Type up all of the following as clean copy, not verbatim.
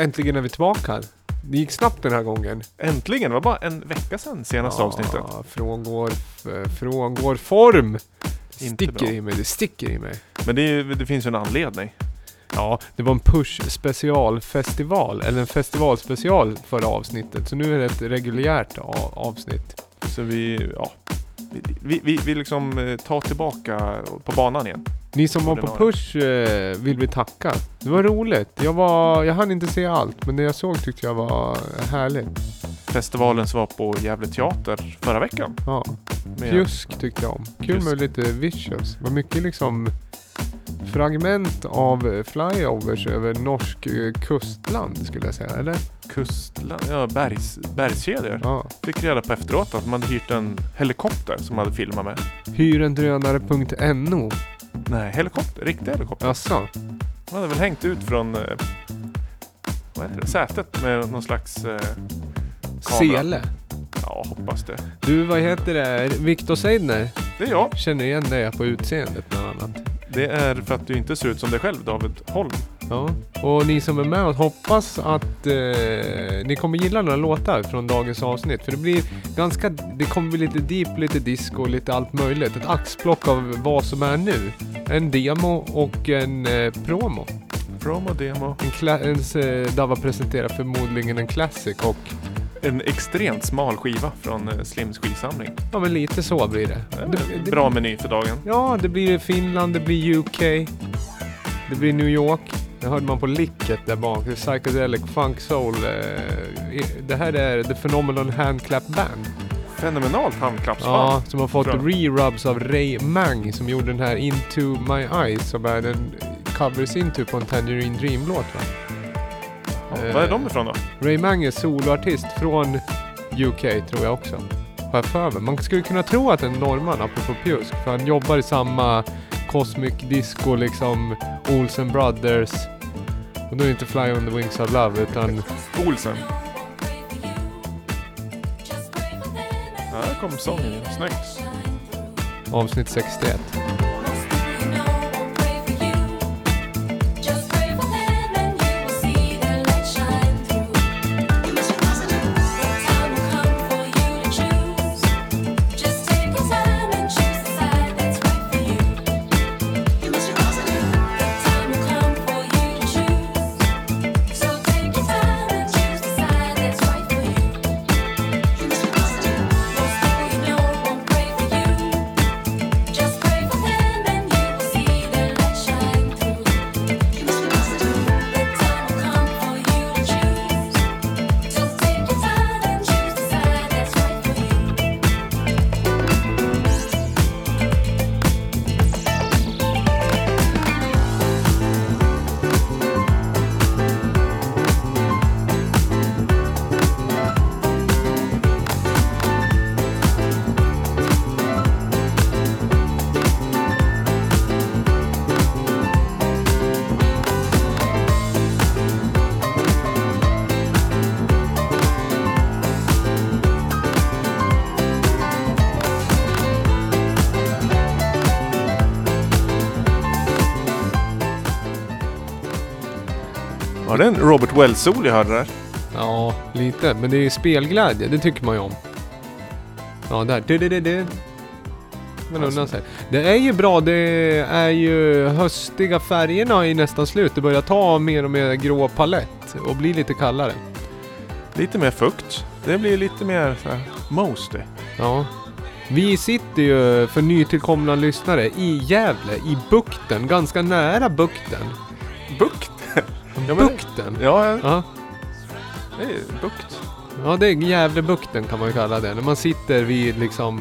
äntligen är vi tillbaka. Det gick snabbt den här gången. Äntligen, det var bara en vecka sedan senaste avsnittet. Frångår form. Det sticker i mig. Men det finns ju en anledning. Ja, det var en Push specialfestival. Eller en festivalspecial förra avsnittet. Så nu är det ett reguljärt avsnitt. Så vi liksom tar tillbaka på banan igen. Ni som var på Push vill vi tacka. Det var roligt. Jag hann inte se allt, men det jag såg tyckte jag var härligt. Festivalen som var på Gävle Teater förra veckan. Ja. Pjusk tyckte jag om. Kul med lite visuals. Det var mycket liksom fragment av flyovers över norsk kustland skulle jag säga, eller? Kustland, ja, bergskedjor. Ja. Fick reda på efteråt att man hade hyrt en helikopter som man hade filmat med. Hyrendrönare.no. Nej, riktig helikopter. Asså? Man hade väl hängt ut från sätet med någon slags sele. Ja, hoppas det. Du, vad heter det? Viktor Seidner? Det är jag. Känner igen dig på utseendet bland annat. Det är för att du inte ser ut som dig själv, David Holm. Ja, och ni som är med och hoppas att ni kommer gilla några låtar från dagens avsnitt. För det kommer bli lite deep, lite disco, lite allt möjligt. Ett axplock av vad som är nu. En demo och en promo. Promo-demo. Dava presenterar förmodligen en classic och en extremt smal skiva från Slims skivsamling. Ja, men lite så blir det. Bra meny för dagen. Ja, det blir Finland, det blir UK. Det blir New York. Det hörde man på licket där bak. Det är Psychedelic Funk Soul. Det här är The Phenomenal Handclap Band. Fenomenalt handklappsband. Ja, som har fått re-rubs av Ray Mang som gjorde den här Into My Eyes som är en covers into på en Tangerine Dream-låt, va? Vad är de ifrån då? Ray Mang är soloartist från UK tror jag också. Har jag för mig. Man skulle kunna tro att en norrman apropå Pjusk. För han jobbar i samma Cosmic Disco liksom Olsen Brothers. Och då är det inte Fly on the Wings of Love utan Olsen. Ja, där kom sången. Snyggt. Avsnitt 61. Var det en Robert Wells-sol jag hörde där? Ja, lite. Men det är spelglädje, det tycker man ju om. Ja, där. Men undan sig. Det är ju bra, det är ju höstiga färgerna i nästan slut. Det börjar ta mer och mer grå palett och bli lite kallare. Lite mer fukt. Det blir lite mer så här mosty. Ja. Vi sitter ju för nytillkomna lyssnare i Gävle, i bukten, ganska nära bukten. Bukten? Bukten? Ja. Det är bukt. Ja, det är Gävlebukten kan man ju kalla det. När man sitter vid liksom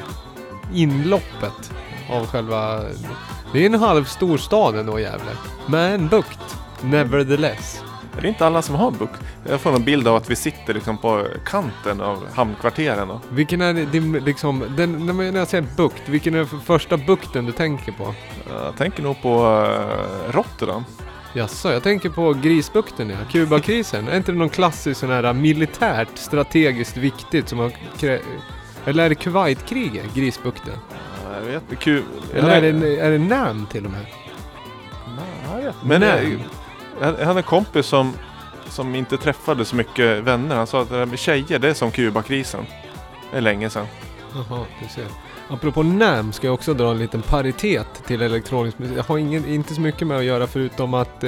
inloppet av själva... Det är en halv storstad ändå, Gävle. Men en bukt, nevertheless. Det är inte alla som har bukt. Jag får en bild av att vi sitter liksom på kanten av hamnkvarteren. Då. Vilken är det liksom... när jag säger bukt, vilken är första bukten du tänker på? Jag tänker nog på Rotterdam. Jaså, jag tänker på Grisbukten, ja. Kubakrisen. Är inte det någon klassisk sån här militärt strategiskt viktigt som har eller är det Kuwaitkriget, Grisbukten? Ja, jag vet. Eller är det namn till och med? Nej, jag vet. Men jag hade en kompis som som inte träffade så mycket vänner. Han sa att det där med tjejer, det är som Kubakrisen. Det är länge sedan. Jaha, du ser. Apropå NAMM ska jag också dra en liten paritet till elektronisk musik. Jag har inte så mycket med att göra förutom att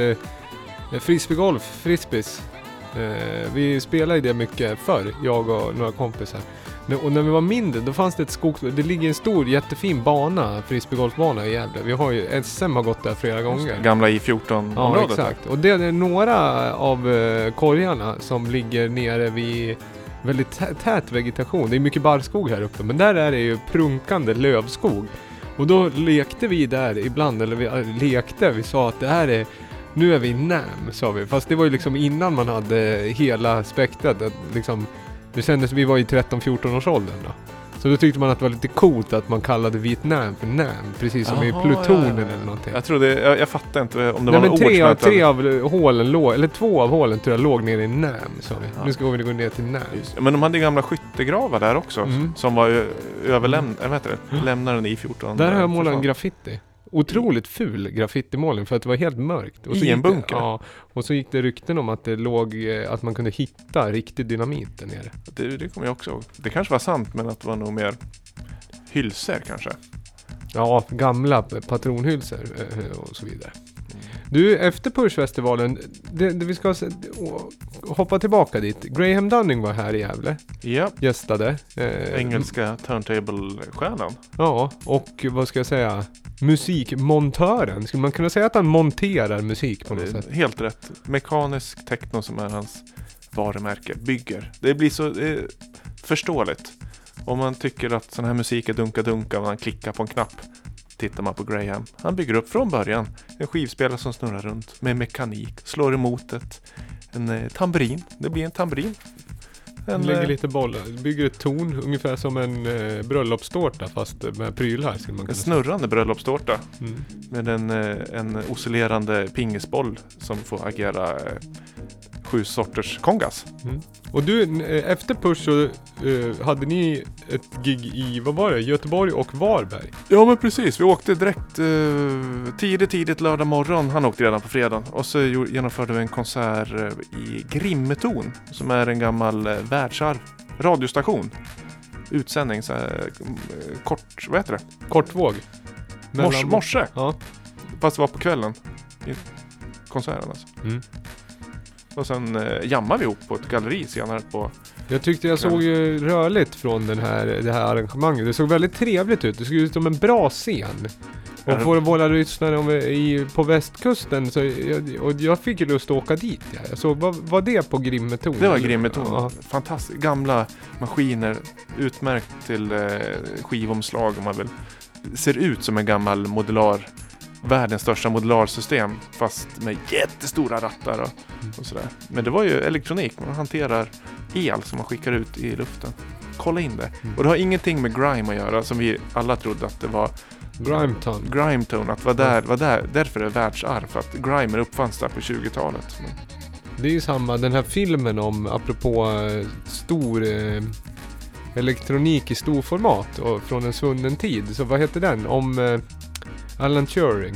frisbees. Vi spelade det mycket förr, jag och några kompisar. Och när vi var mindre, då fanns det ett det ligger en stor jättefin bana, frisbeegolfbana i Gävle. Vi har ju, SM har gått där flera gånger. Gamla I14-området. Ja, exakt. Och det är några av korgarna som ligger nere vid väldigt tät vegetation. Det är mycket barrskog här uppe, men där är det ju prunkande lövskog. Och då lekte vi där ibland, eller vi sa att det här är, nu är vi i NAMM, sa vi. Fast det var ju liksom innan man hade hela spektrat, liksom. Det kändes, vi var i 13-14 års åldern då. Så då tyckte man att det var lite coolt att man kallade Vietnam för NAMM. Precis som i Plutonen eller någonting. Jag trodde, jag fattar inte om det nej, var men ord. tre av hålen låg, eller 2 av hålen tror jag låg ner i NAMM, sa vi. Nu ska vi gå ner till NAMM. Men de hade gamla skyttegravar där också. Som var lämnaren i 14. Där har jag målat en graffiti. Otroligt ful graffitimålning för att det var helt mörkt. Och så i en bunker? Ja, och så gick det rykten om att det låg, att man kunde hitta riktig dynamit där nere. Det kommer jag också ihåg. Det kanske var sant, men att det var nog mer hylsor kanske. Ja, gamla patronhylsor och så vidare. Du, efter Pushfestivalen, vi ska hoppa tillbaka dit. Graham Dunning var här i Gävle. Ja. Gästade. Engelska turntable-stjärnan. Ja, och vad ska jag säga? Musikmontören. Skulle man kunna säga att han monterar musik på något sätt? Helt rätt. Mekanisk techno som är hans varumärke. Bygger. Det blir så förståeligt. Om man tycker att sån här musik är dunka och man klickar på en knapp, tittar man på Graham. Han bygger upp från början en skivspelare som snurrar runt med mekanik. Slår emot en tamburin. Det blir en tamburin. Lägger lite bollar. Bygger ett torn ungefär som en bröllopstårta fast med prylar. En snurrande bröllopstårta. Med en oscillerande pingisboll som får agera 7 sorters kongas. Och du, efter Push så hade ni ett gig i, vad var det? Göteborg och Varberg. Ja, men precis. Vi åkte direkt tidigt lördag morgon. Han åkte redan på fredag. Och så genomförde vi en konsert i Grimmeton, som är en gammal världsarv radiostation. Utsändning, så här, kort, vad heter det? Kortvåg. Morse. Ja. Fast det var på kvällen. I konserten alltså. Och sen jammade vi ihop på ett galleri senare på... Jag tyckte jag såg ju rörligt från det här arrangemanget. Det såg väldigt trevligt ut. Det såg ut som en bra scen. Och för våra lyssnare på västkusten och jag fick ju lust att åka dit. Jag såg, var det på Grimmeton? Det var Grimmeton. Ja. Fantastiskt. Gamla maskiner. Utmärkt till skivomslag om man vill. Ser ut som en gammal världens största modularsystem, fast med jättestora rattar och sådär. Men det var ju elektronik. Man hanterar el som man skickar ut i luften. Kolla in det. Och det har ingenting med grime att göra, som vi alla trodde att det var. Grimetone, att var där, därför är det världsarv, för att grimer uppfanns där på 20-talet. Det är ju samma, den här filmen om, apropå stor elektronik i stor format och från en svunnen tid. Så vad heter den? Om Alan Turing.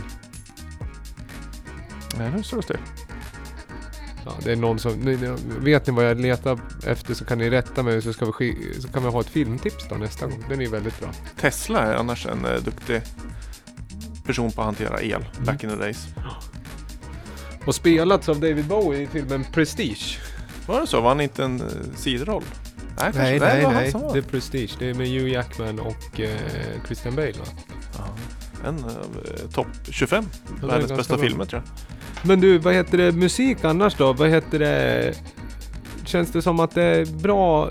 Nej, nu står det still. Ja, det är någon som... Vet ni vad jag letar efter, så kan ni rätta mig, så kan vi ha ett filmtips då nästa gång. Den är väldigt bra. Tesla är annars en duktig person på att hantera el back in the days. Och spelats av David Bowie i filmen Prestige. Var det så? Var han inte en sidroll? Nej. Det är Prestige. Det är med Hugh Jackman och Christian Bale, va? Ja. En topp 25 världens bästa filmer, tror jag. Men du, vad heter det, musik annars då? Vad heter det? Känns det som att det är bra?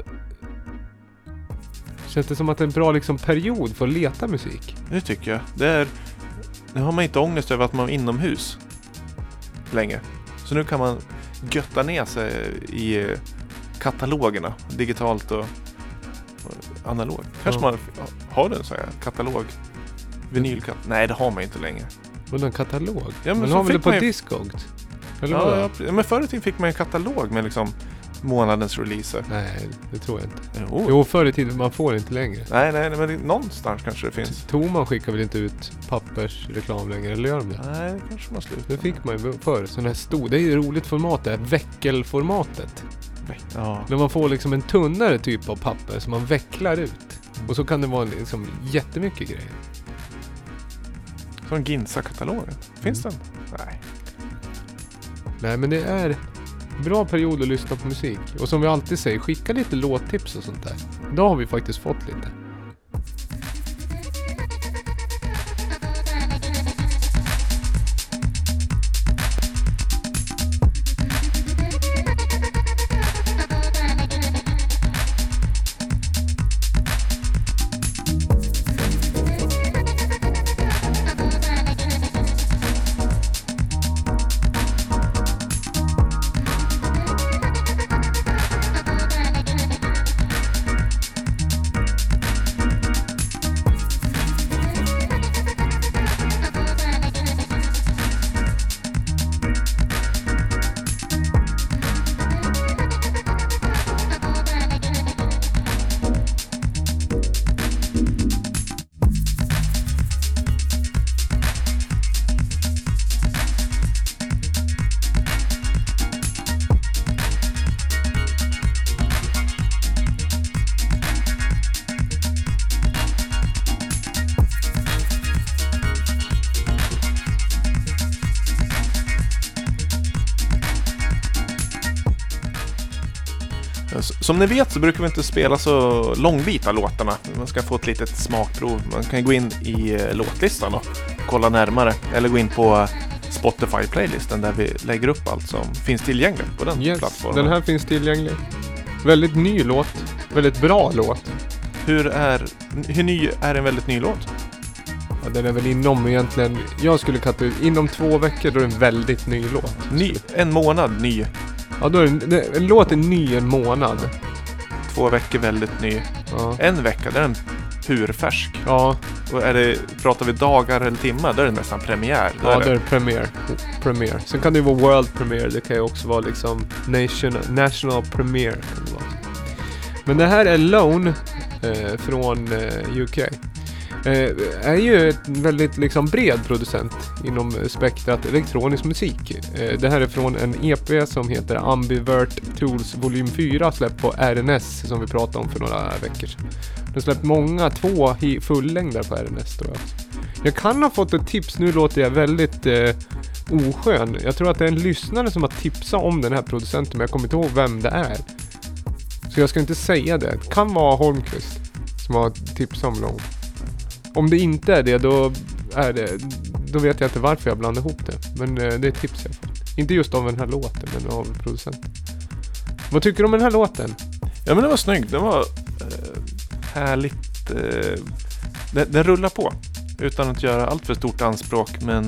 Känns det som att det är en bra liksom period för att leta musik? Det tycker jag. Nu har man inte ångest över att man är inomhus länge. Så nu kan man götta ner sig i katalogerna, digitalt och analog. Kanske man har en sån här katalog. Vinylkatt. Nej, det har man inte längre. Och en katalog? Ja, men har väl det på Discogs? Eller ja, men förr i tiden fick man en katalog med liksom månadens releaser. Nej, det tror jag inte. Jo. Jo, förr i tiden man får inte längre. Nej, men någonstans kanske det finns. Toman skickar väl inte ut pappersreklam längre, eller gör de det? Nej, det kanske man slutar. Det fick man ju förr. Så det är ju roligt format, det här väckelformatet. Ja. När man får liksom en tunnare typ av papper som man vecklar ut. Och så kan det vara liksom jättemycket grejer. Som Ginsa-katalogen. Finns den? Nej. Nej, men det är bra period att lyssna på musik. Och som vi alltid säger, skicka lite låttips och sånt där. Då har vi faktiskt fått lite. Som ni vet så brukar vi inte spela så långbita låtarna. Man ska få ett litet smakprov. Man kan gå in i låtlistan och kolla närmare. Eller gå in på Spotify-playlisten där vi lägger upp allt som finns tillgängligt på den plattformen. Den här finns tillgänglig. Väldigt ny låt. Väldigt bra låt. Hur ny är en väldigt ny låt? Ja, den är väl inom egentligen... Jag skulle katta ut inom 2 veckor, då är det en väldigt ny låt. En månad ny. Ja, då är en låt är ny en månad. 2 veckor väldigt ny. Ja. En vecka, där är den purfärsk. Ja. Och pratar vi dagar eller timmar, då är det nästan premiär. Då är det premiär. Sen kan det ju vara world premiere. Det kan ju också vara liksom national premiere. Kan det vara. Men det här är Lone från UK. Är ju ett väldigt liksom bred producent inom spektrat elektronisk musik. Det här är från en EP som heter Ambivert Tools volym 4, släppt på RNS som vi pratade om för några veckor sedan. Den släppt 2 fullängder på RNS tror jag. Jag kan ha fått ett tips, nu låter jag väldigt oskön. Jag tror att det är en lyssnare som har tipsat om den här producenten, men jag kommer inte ihåg vem det är. Så jag ska inte säga det. Det kan vara Holmqvist som har tipsat om Lone. Om det inte är det, då vet jag inte varför jag blandar ihop det. Men det är tips jag fått. Inte just av den här låten, men av producenten. Vad tycker du om den här låten? Ja, men den var snygg. Den var härligt. Den rullar på. Utan att göra allt för stort anspråk. Men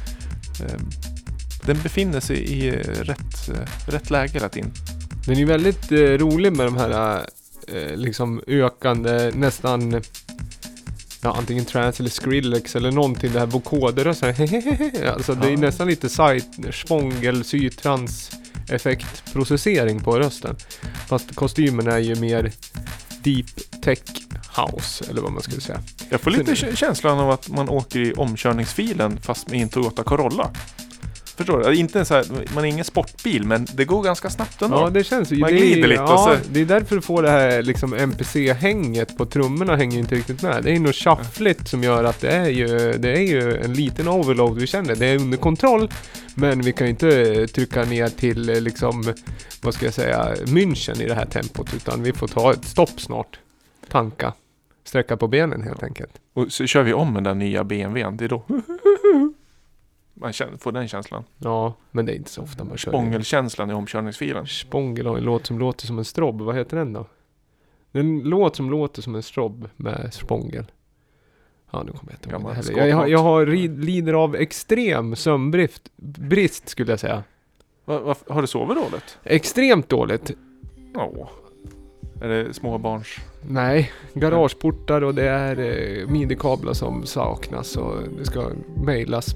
den befinner sig i rätt läge hela tiden. Den är väldigt rolig med de här liksom ökande nästan... Ja, antingen trance eller Skrillex eller någonting, det här vokoder och så här. Alltså det är nästan lite svångel, sytrans effektprocessering på rösten. Fast kostymen är ju mer deep tech house, eller vad man skulle säga. Jag får lite känslan av att man åker i omkörningsfilen fast med en Toyota Corolla. Förstår du? Inte så här, man är ingen sportbil, men det går ganska snabbt ändå. Ja, det känns ju. Man glider lite. Ja, och så... det är därför du får det här liksom NPC-hänget på trummorna hänger inte riktigt med. Det är något shuffligt som gör att det är ju en liten overload vi känner. Det är under kontroll, men vi kan inte trycka ner till liksom, vad ska jag säga, München i det här tempot, utan vi får ta ett stopp snart. Tanka. Sträcka på benen helt enkelt. Och så kör vi om den där nya BMWn. Det är då... Man får den känslan. Ja, men det är inte så ofta man kör. Spångelkänslan i omkörningsfilen. Spångel har en låt som låter som en strobb. Vad heter den då? En låt som låter som en strobb med spångel. Ja, nu kommer jag inte ihåg. Jag lider av extrem sömnbrist skulle jag säga. Har du sovit dåligt? Extremt dåligt. Ja. Är det småbarns? Nej, garageportar och det är midi-kablar som saknas och det ska mejlas.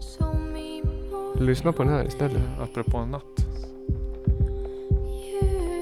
Lyssna på den här istället. Apropå en natt.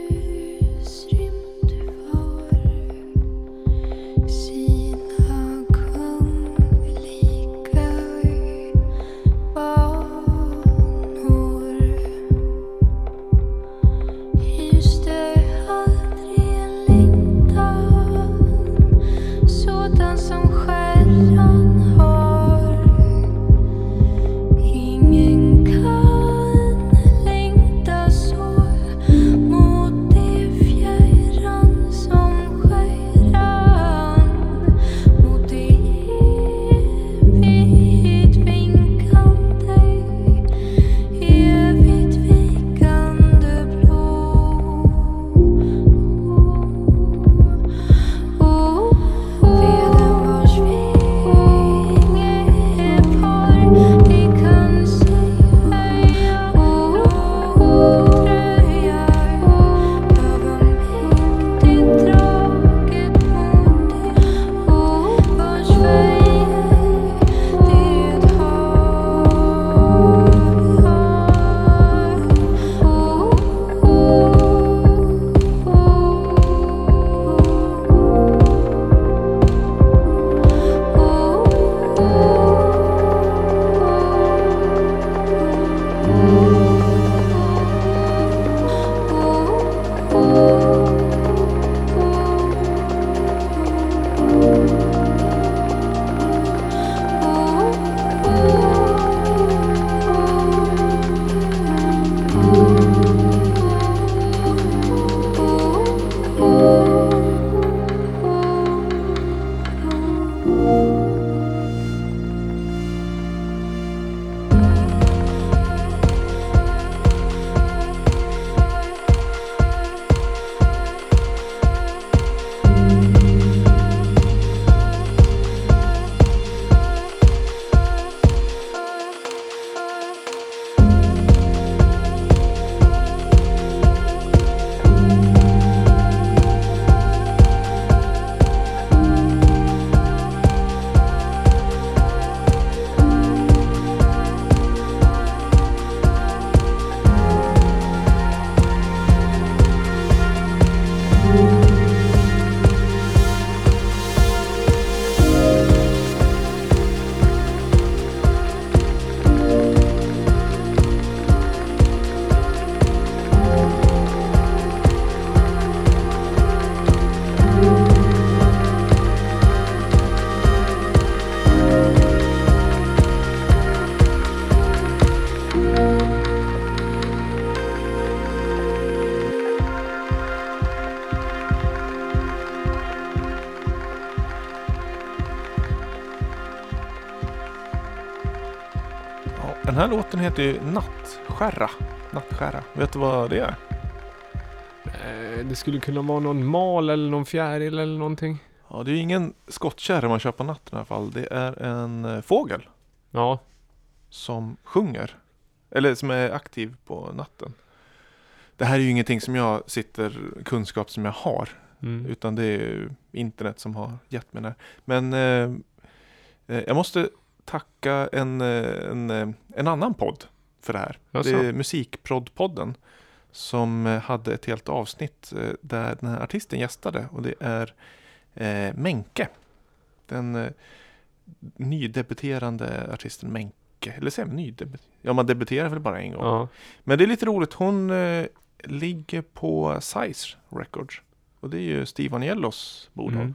Den här låten heter ju Nattskärra. Vet du vad det är? Det skulle kunna vara någon mal eller någon fjäril eller någonting. Ja, det är ju ingen skottkärra man kör på natten i alla fall. Det är en fågel Ja. som sjunger. Eller som är aktiv på natten. Det här är ju ingenting som jag kunskap som jag har. Utan det är ju internet som har gett mig det. Men jag måste tacka en annan podd för det här. Jaså? Det är Musikproddpodden som hade ett helt avsnitt där den här artisten gästade. Och det är Menke. Den nydebuterande artisten Menke. Eller säger man nydebuterande? Ja, man debuterar väl bara en gång. Ja. Men det är lite roligt. Hon ligger på Size Records. Och det är ju Steve Aniellos bolag.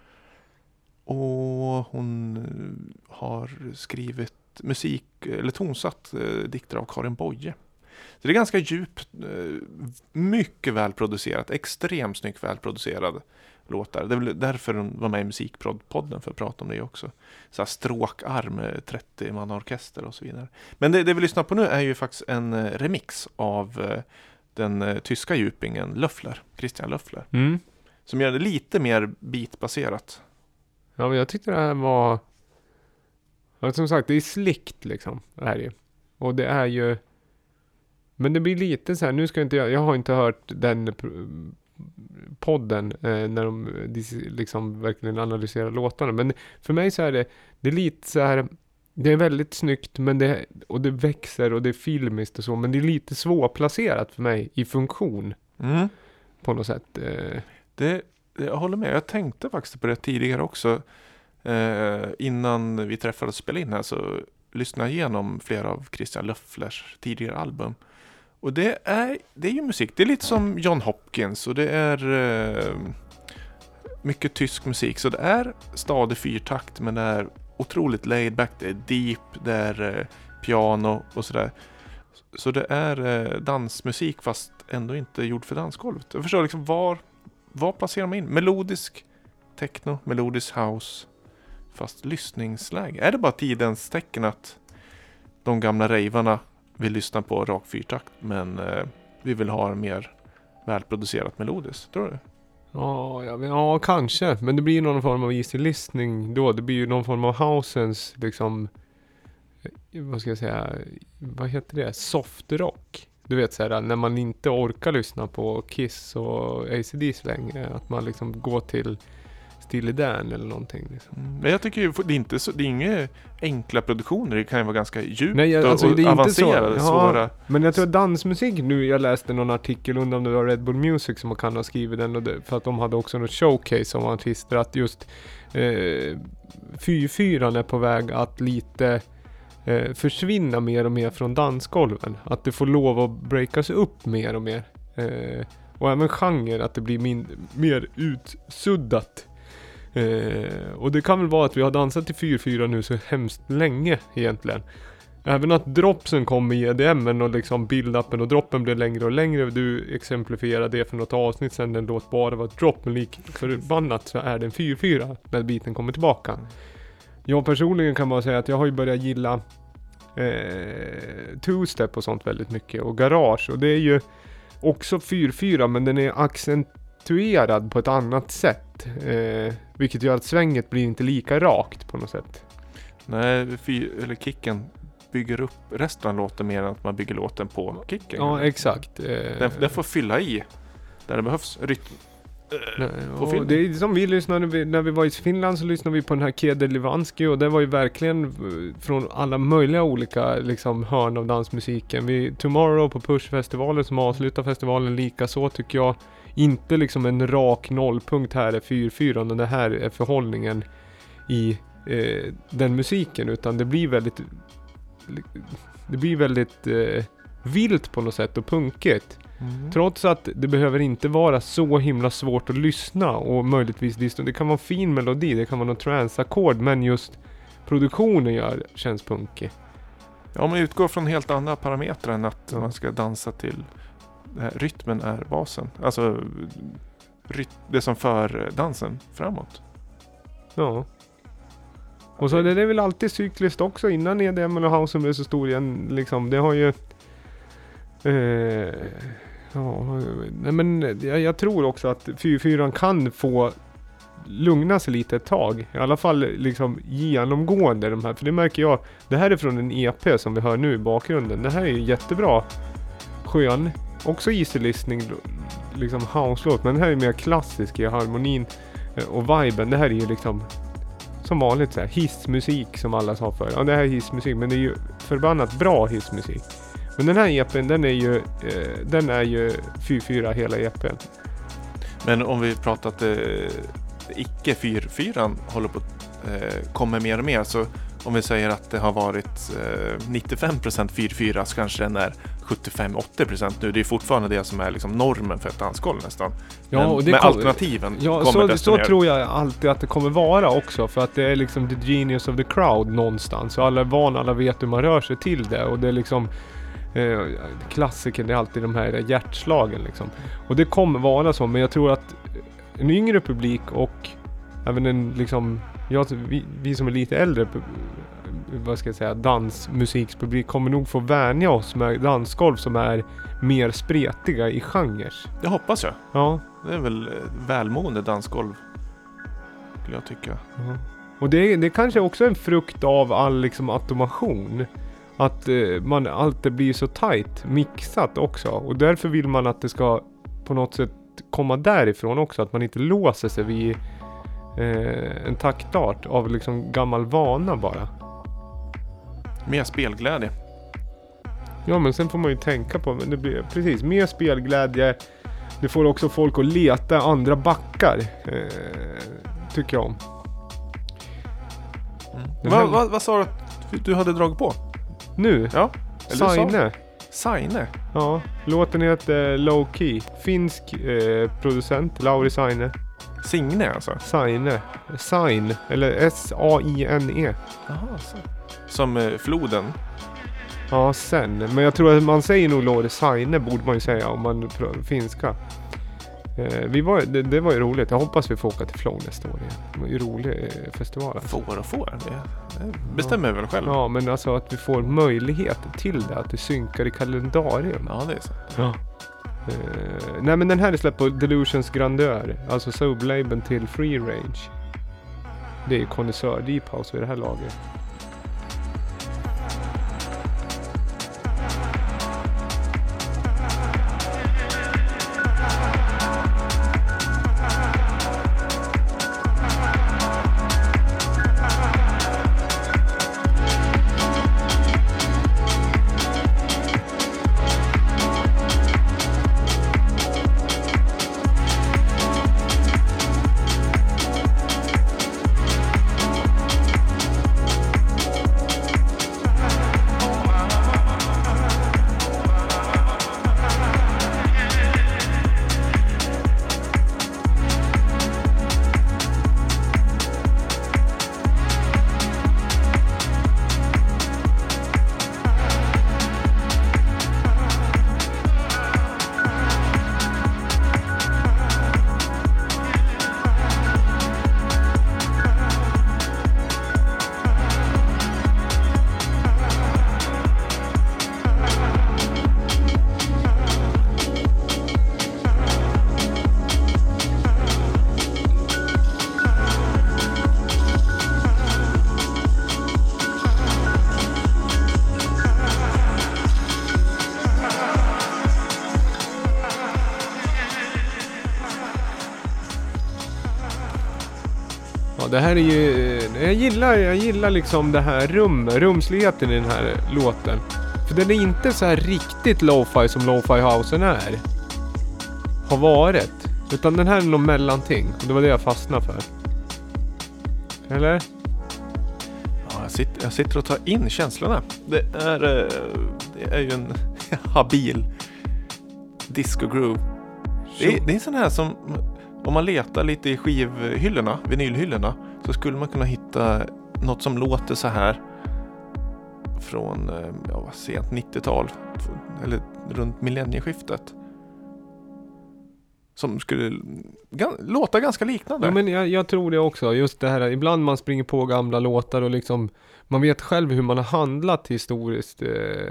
Och hon har skrivit musik eller tonsatt dikter av Karin Boye. Så det är ganska djupt, mycket välproducerat, extremt snyggt välproducerad låtar. Det är väl därför hon var med i Musikprodden för att prata om det också. Så här stråkarm, 30 man orkester och så vidare. Men det vi lyssnar på nu är ju faktiskt en remix av den tyska djupingen Löffler, Christian Löffler. Som gör det lite mer beatbaserat. Ja, men jag tyckte det här var... Ja, som sagt, det är slickt liksom. Det här är ju. Och det är ju... Men det blir lite så här, nu ska jag har inte hört den podden när de liksom verkligen analyserar låtarna. Men för mig så är det är lite så här, det är väldigt snyggt men det växer och det är filmiskt och så, men det är lite svårplacerat för mig i funktion på något sätt. Jag håller med, jag tänkte faktiskt på det tidigare också. Innan vi träffades och spelade in här så lyssnade jag igenom flera av Christian Löfflers tidigare album. Och det är ju musik. Det är lite som John Hopkins och det är mycket tysk musik. Så det är stadig fyrtakt men det är otroligt laid back. Det är deep, det är piano och sådär. Så det är dansmusik fast ändå inte gjord för dansgolvet. Jag förstår liksom var placerar man in? Melodisk techno, melodisk house fast lyssningsläge. Är det bara tidens tecken att de gamla ravarna vill lyssna på rak fyrtakt men vi vill ha mer välproducerat melodiskt, tror du? Ja, kanske. Men det blir någon form av easy listening då. Det blir ju någon form av housens liksom, vad ska jag säga, vad heter det? Soft rock. Du vet så här, när man inte orkar lyssna på Kiss och AC/DC längre, att man liksom går till Steely Dan eller någonting liksom. Men jag tycker ju det är inga enkla produktioner, det kan ju vara ganska djupt det är och avancerade, svåra. Men jag tror att dansmusik nu, jag läste någon artikel om det var Red Bull Music som kan ha skrivit den, och för att de hade också något showcase om artister, att just 4/4 är på väg att lite försvinna mer och mer från dansgolven. Att det får lov att breakas upp mer och mer. Och även genre, att det blir mer utsuddat. Och det kan väl vara att vi har dansat till 4/4 nu så hemskt länge egentligen. Även att dropsen kom i EDM och liksom build-upen och droppen blev längre och längre. Du exemplifierade det för något avsnitt sen, den låt bara var ett drop, men lik förbannat så är det en 4/4 när biten kommer tillbaka. Jag personligen kan bara säga att jag har ju börjat gilla two-step och sånt väldigt mycket, och garage, och det är ju också 4/4 men den är accentuerad på ett annat sätt, vilket gör att svänget blir inte lika rakt på något sätt. Nej, eller kicken bygger upp resten av låten mer än att man bygger låten på kicken. Ja, exakt. Den får fylla i där det behövs rytm. Och det är som vi lyssnade när vi var i Finland, så lyssnade vi på den här Kede Livanski, och det var ju verkligen från alla möjliga olika liksom hörn av dansmusiken. Tomorrow på Push-festivalen som avslutar festivalen, lika så tycker jag. Inte liksom en rak nollpunkt här är 4/4, och det här är förhållningen i den musiken, utan det blir väldigt vilt på något sätt och punkigt. Trots att det behöver inte vara så himla svårt att lyssna, och möjligtvis det kan vara en fin melodi, det kan vara något trance-ackord, men just produktionen känns punkig. Ja, man utgår från helt andra parametrar än att man ska dansa till rytmen är basen. Alltså det som för dansen framåt. Ja. Och så det är väl alltid cykliskt också innan EDM eller House blev så stor igen. Liksom, det har ju... nej men jag tror också att 4-4 kan få lugna sig lite ett tag. I alla fall liksom genomgående de här. För det märker jag. Det här är från en EP som vi hör nu i bakgrunden. Det här är ju jättebra. Skön. Också easy listening. Liksom house-låt. Men den här är mer klassisk i harmonin och viben. Det här är ju liksom som vanligt så här hissmusik som alla sa förr. Ja, det här är hissmusik. Men det är ju förbannat bra hissmusik. Men den här EPn, den är ju 4-4 hela EPn. Men om vi pratar att icke 4-4 håller på att kommer mer och mer, så om vi säger att det har varit 95% 4-4 så kanske den är 75-80% nu. Det är fortfarande det som är liksom normen för ett dansgolv nästan. Ja, men och det med alternativen kommer så tror jag alltid att det kommer vara också. För att det är liksom the genius of the crowd någonstans. Och alla vet hur man rör sig till det. Och det är liksom... klassiken, det är alltid de här hjärtslagen liksom. Och det kommer vara så, men jag tror att en yngre publik och även en liksom vi som är lite äldre vad ska jag säga, dansmusikspublik kommer nog få vänja oss med dansgolv som är mer spretiga i genrer. Det hoppas jag. Ja. Det är väl välmående dansgolv, skulle jag tycka. Ja. Och det kanske också är en frukt av all liksom automation. Att allt det blir så tight mixat också. Och därför vill man att det ska på något sätt komma därifrån också. Att man inte låser sig vid en taktart av liksom gammal vana bara. Mer spelglädje. Ja, men sen får man ju tänka på, men det blir precis mer spelglädje. Det får också folk att leta andra backar. Tycker jag om. Vad sa du att du hade dragit på? Nu? Ja. Saine. Ja, låten heter Low Key. Finsk producent, Lauri Saine. Signe alltså? Saine, eller S-A-I-N-E. Jaha, så. Som floden? Ja, sen. Men jag tror att man säger nog Lauri Saine, borde man ju säga om man finska. Det var ju roligt. Jag hoppas vi får åka till Flow nästa år igen. Det var ju rolig festival. Alltså. Får. Det bestämmer väl själv. Ja, men alltså att vi får möjlighet till det. Att det synkar i kalendarium. Ja, det är så. Ja. Nej, men den här är släppt på Delusions Grandeur. Alltså sublabeln till Free Range. Det är ju konnässör Deep House vid det här laget. Det här är ju... Jag gillar liksom det här rumsligheten i den här låten. För den är inte så här riktigt lo-fi som lo-fi housen är. Har varit. Utan den här är någon mellanting. Det var det jag fastnade för. Eller? Ja, jag sitter och tar in känslorna. Det är ju en habil disco groove. Det är sån här som... Om man letar lite i skivhyllorna, vinylhyllorna, så skulle man kunna hitta något som låter så här från sent 90-tal eller runt millennieskiftet. som skulle låta ganska liknande. Ja, men jag tror det också. Just det här, ibland man springer på gamla låtar och liksom, man vet själv hur man har handlat historiskt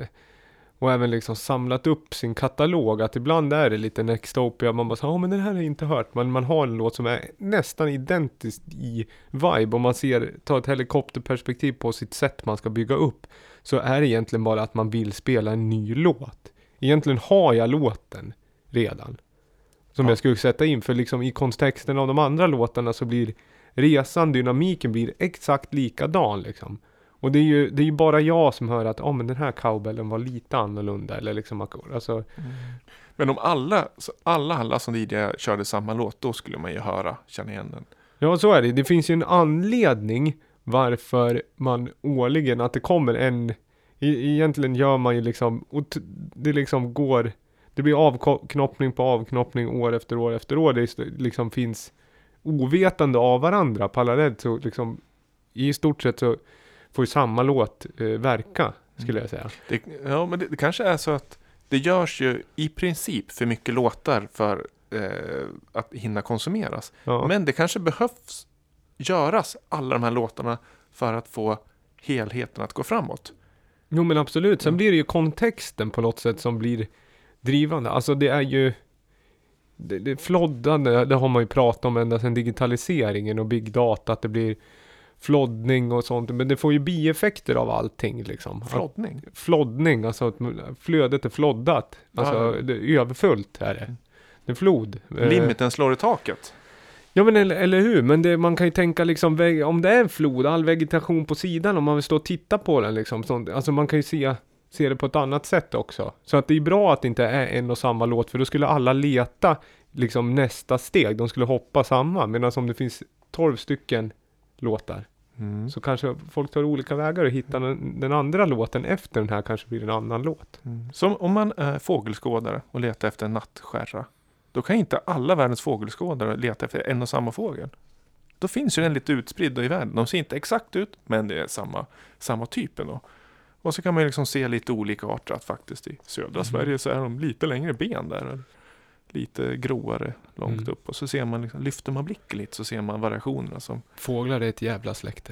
och även liksom samlat upp sin katalog. Att ibland är det lite Nextopia, man bara så, men den här har jag inte hört. Men man har en låt som är nästan identisk i vibe, och man tar ett helikopterperspektiv på sitt sätt man ska bygga upp. Så är det egentligen bara att man vill spela en ny låt. Egentligen har jag låten redan. Som jag skulle sätta in, för liksom i kontexten av de andra låtarna så blir resan, dynamiken blir exakt likadan liksom. Och det är ju bara jag som hör att men den här cowbellen var lite annorlunda eller liksom alltså. Men om alla som tidigare körde samma låt, då skulle man ju känna igen den. Ja, så är det. Det finns ju en anledning varför man årligen, att det kommer egentligen gör man ju liksom, och det liksom går, det blir avknoppning på avknoppning år efter år efter år. Det liksom finns ovetande av varandra parallellt, så liksom i stort sett så får ju samma låt verka, skulle jag säga. Men det kanske är så att det görs ju i princip för mycket låtar för att hinna konsumeras. Ja. Men det kanske behövs göras alla de här låtarna för att få helheten att gå framåt. Jo, men absolut. Sen blir det ju kontexten på något sätt som blir drivande. Alltså det är ju det floddande, det har man ju pratat om ända sedan digitaliseringen och big data, att det blir floddning och sånt, men det får ju bieffekter av allting liksom. Floddning, alltså att flödet är floddat. Alltså det är överfullt är det. Det är flod. Limiten slår i taket. Ja, men eller hur? Men man kan ju tänka liksom, om det är en flod, all vegetation på sidan, om man vill stå och titta på den liksom, sånt, alltså man kan ju se det på ett annat sätt också. Så att det är bra att det inte är en och samma låt, för då skulle alla leta liksom nästa steg. De skulle hoppa samma, medan om det finns 12 stycken låtar, så kanske folk tar olika vägar och hittar den andra låten efter den här, kanske blir en annan låt. Som om man är fågelskådare och letar efter en nattskärra, då kan inte alla världens fågelskådare leta efter en och samma fågel. Då finns ju den lite utspridd i världen. De ser inte exakt ut, men det är samma typen då. Och så kan man liksom se lite olika arter, att faktiskt i södra Sverige så är de lite längre ben där. Lite gråare långt upp. Och så ser man liksom, lyfter man blicken lite så ser man variationerna som... Fåglar är ett jävla släkte.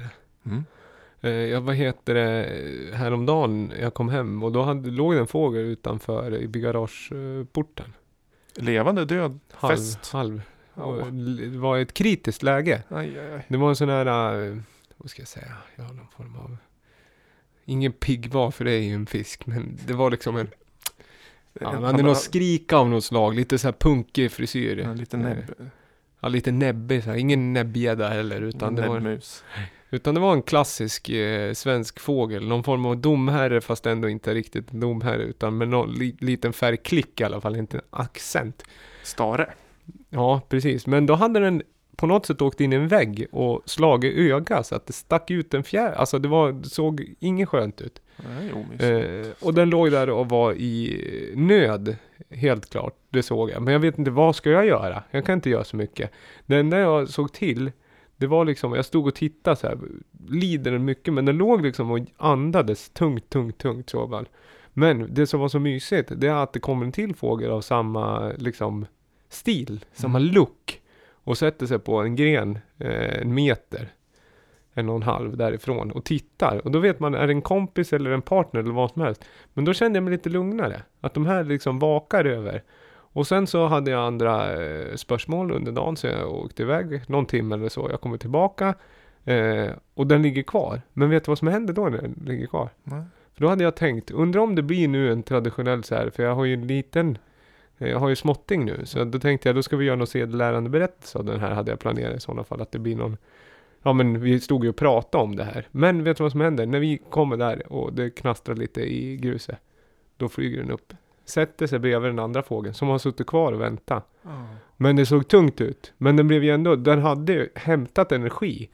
Häromdagen jag kom hem och då låg det en fågel utanför i garageporten. Levande, död, fäst? Halv. Det var ett kritiskt läge. Aj. Det var en sån här, vad ska jag säga, någon form av, ingen piggvar, för det är ju en fisk, men det var liksom en, han hade något skrika av något slag, lite så här punkig frisyr. Ja, lite näbb. Ja, lite näbbig, så här. Ingen näbbgädda heller, utan det var en klassisk svensk fågel, någon form av domherre, fast ändå inte riktigt domherre, utan med någon liten färgklick i alla fall, inte en accent. Stare. Ja, precis. Men då hade den på något sätt åkt in i en vägg och slagit öga så att det stack ut en fjär. Alltså det såg inget skönt ut. Och den låg där och var i nöd, helt klart. Det såg jag. Men jag vet inte, vad ska jag göra? Jag kan inte göra så mycket. Det enda jag såg till, det var liksom, jag stod och tittade så här, lider den mycket, men den låg liksom och andades tungt så väl. Men det som var så mysigt, det är att det kommer en till fågel av samma liksom stil, samma look, och sätter sig på en gren 1 meter, 1,5 därifrån och tittar. Och då vet man, är det en kompis eller en partner eller vad som helst. Men då kände jag mig lite lugnare, att de här liksom vakar över. Och sen så hade jag andra spörsmål under dagen, så jag åkte iväg någon timme eller så. Jag kommer tillbaka och den ligger kvar. Men vet du vad som händer då när den ligger kvar? För då hade jag tänkt, undrar om det blir nu en traditionell så här, för jag har ju jag har ju småtting nu, så då tänkte jag, då ska vi göra någon sedelärande berättelse av den här, hade jag planerat i sådana fall, att det blir någon, ja men vi stod ju och pratade om det här. Men vet du vad som händer? När vi kommer där och det knastrar lite i gruset, då flyger den upp. Sätter sig bredvid den andra fågeln som har suttit kvar och väntat. Men det såg tungt ut. Men den blev ju ändå, den hade hämtat energi.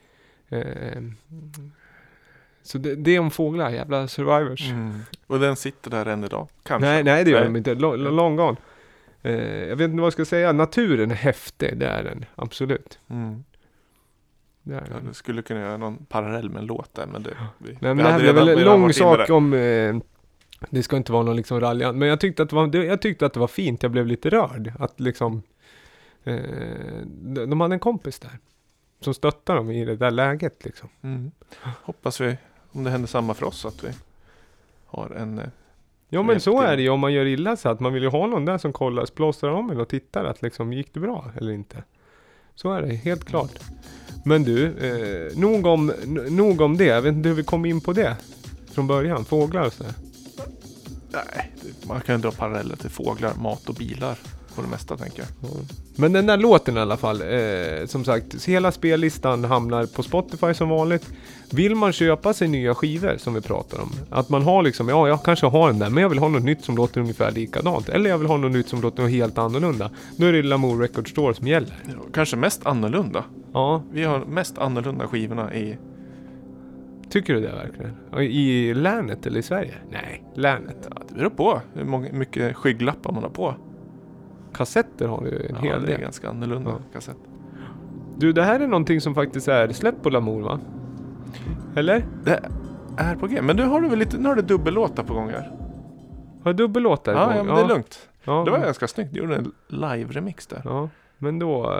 Så det är om fåglar, jävla survivors. Och den sitter där än idag, kanske? Nej, det gör de inte. Long gone. Jag vet inte vad jag ska säga. Naturen är häftig, det är den. Absolut. Du skulle kunna göra någon parallell med en låt där, men det här är väl en lång sak om... det ska inte vara någon liksom raljant, men jag tyckte att det var fint. Jag blev lite rörd. Att liksom... De hade en kompis där. Som stöttar dem i det där läget liksom. Hoppas vi, om det händer samma för oss, att vi har en... Ja, men så är det ju om man gör illa så att man vill ju ha någon där som kollar, plåstrar om en och tittar att liksom, gick det bra eller inte. Så är det, helt klart. Men du, nog om det. Jag vet inte hur vi kom in på det från början. Fåglar och så. Nej, man kan dra paralleller till fåglar, mat och bilar på det mesta, tänker jag. Ja. Men den där låten i alla fall, som sagt, hela spellistan hamnar på Spotify som vanligt. Vill man köpa sig nya skivor som vi pratar om, att man har liksom, ja, jag kanske har den där, men jag vill ha något nytt som låter ungefär likadant, eller jag vill ha något nytt som låter helt annorlunda, då är det Lamour Record Store som gäller. Ja, kanske mest annorlunda. Ja. Vi har mest annorlunda skivorna i... Tycker du det verkligen? I länet eller i Sverige? Nej, länet. Ja, det beror på hur mycket skygglappar man har på. Kassetter har du en hel del. Det är ganska annorlunda kassett. Du, det här är någonting som faktiskt är släppt på Lamour, va? Eller? Det är på G. Men nu har du väl lite, nu har du dubbellåtar på gång här. Har dubbellåtar på gång? Ja, men det är lugnt. Ja. Det var ganska snyggt. Du gjorde en live-remix där. Ja, men då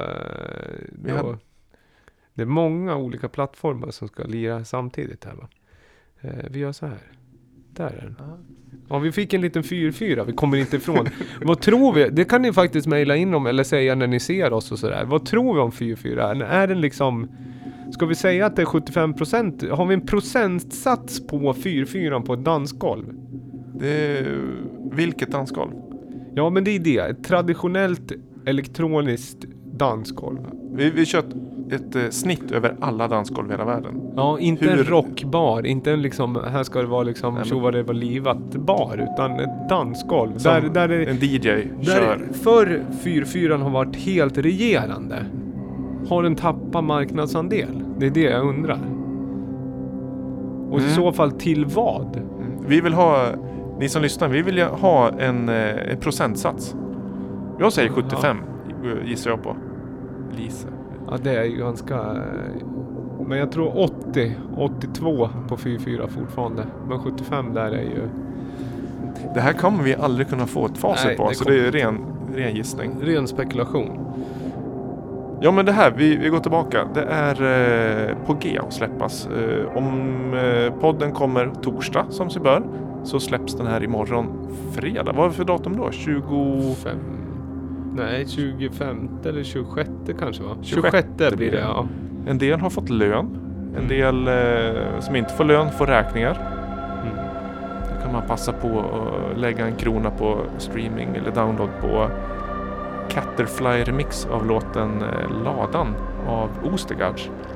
det är många olika plattformar som ska lira samtidigt här, va? Vi gör så här. Där är den. Ja, vi fick en liten 4-4. Vi kommer inte ifrån. Vad tror vi? Det kan ni faktiskt mejla in om eller säga när ni ser oss och sådär. Vad tror vi om 4-4? Är den liksom... Ska vi säga att det är 75%? Har vi en procentsats på 4-4 på ett dansgolv? Vilket dansgolv? Ja, men det är det. Ett traditionellt elektroniskt dansgolv. Vi kör ett snitt över alla dansgolv i hela världen. Ja, inte en rockbar. Inte en liksom, här ska det vara liksom, så var det var livat bar. Utan ett dansgolv. Där en DJ kör. Förr 4-4 har varit helt regerande. Har den tappat marknadsandel? Det är det jag undrar. Och i så fall till vad? Vi vill ha, ni som lyssnar, vi vill ha en procentsats. Jag säger 75, gissar jag på. Lisa. Ja, det är ju ganska... Men jag tror 82 på 4-4 fortfarande. Men 75 där är ju... Det här kommer vi aldrig kunna få ett facit på. Så det är ren gissning. Ren spekulation. Ja, men det här, vi går tillbaka. Det är på G att släppas. Om podden kommer torsdag som sig bör, så släpps den här imorgon fredag. Vad är det för datum då? 25? Nej, 25 eller 26 kanske, va? 26 blir det, ja. En del har fått lön. En del som inte får lön får räkningar. Då kan man passa på att lägga en krona på streaming eller download på Caterfly remix av låten Ladan av Ostergaard.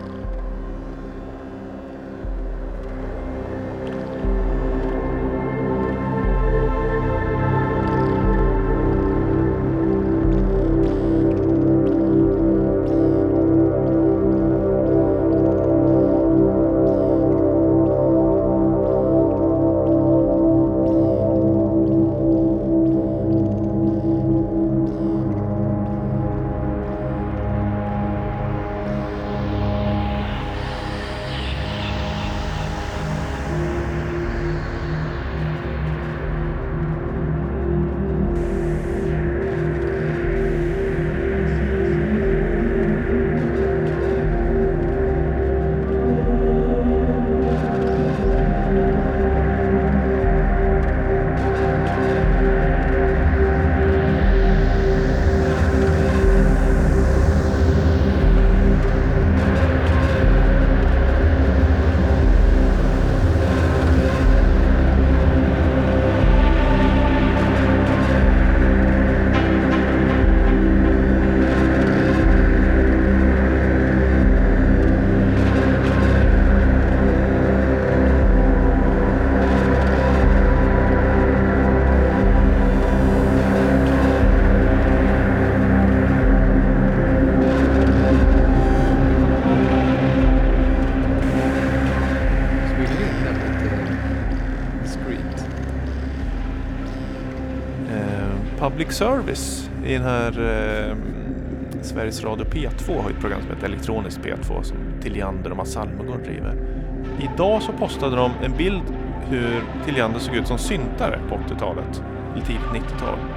Public Service i den här Sveriges Radio P2 har ett program som heter Elektroniskt P2 som Tilliander och Mats Almegård driver. Idag så postade de en bild hur Tilliander såg ut som syntare på 80-talet, eller tidigt 90-tal.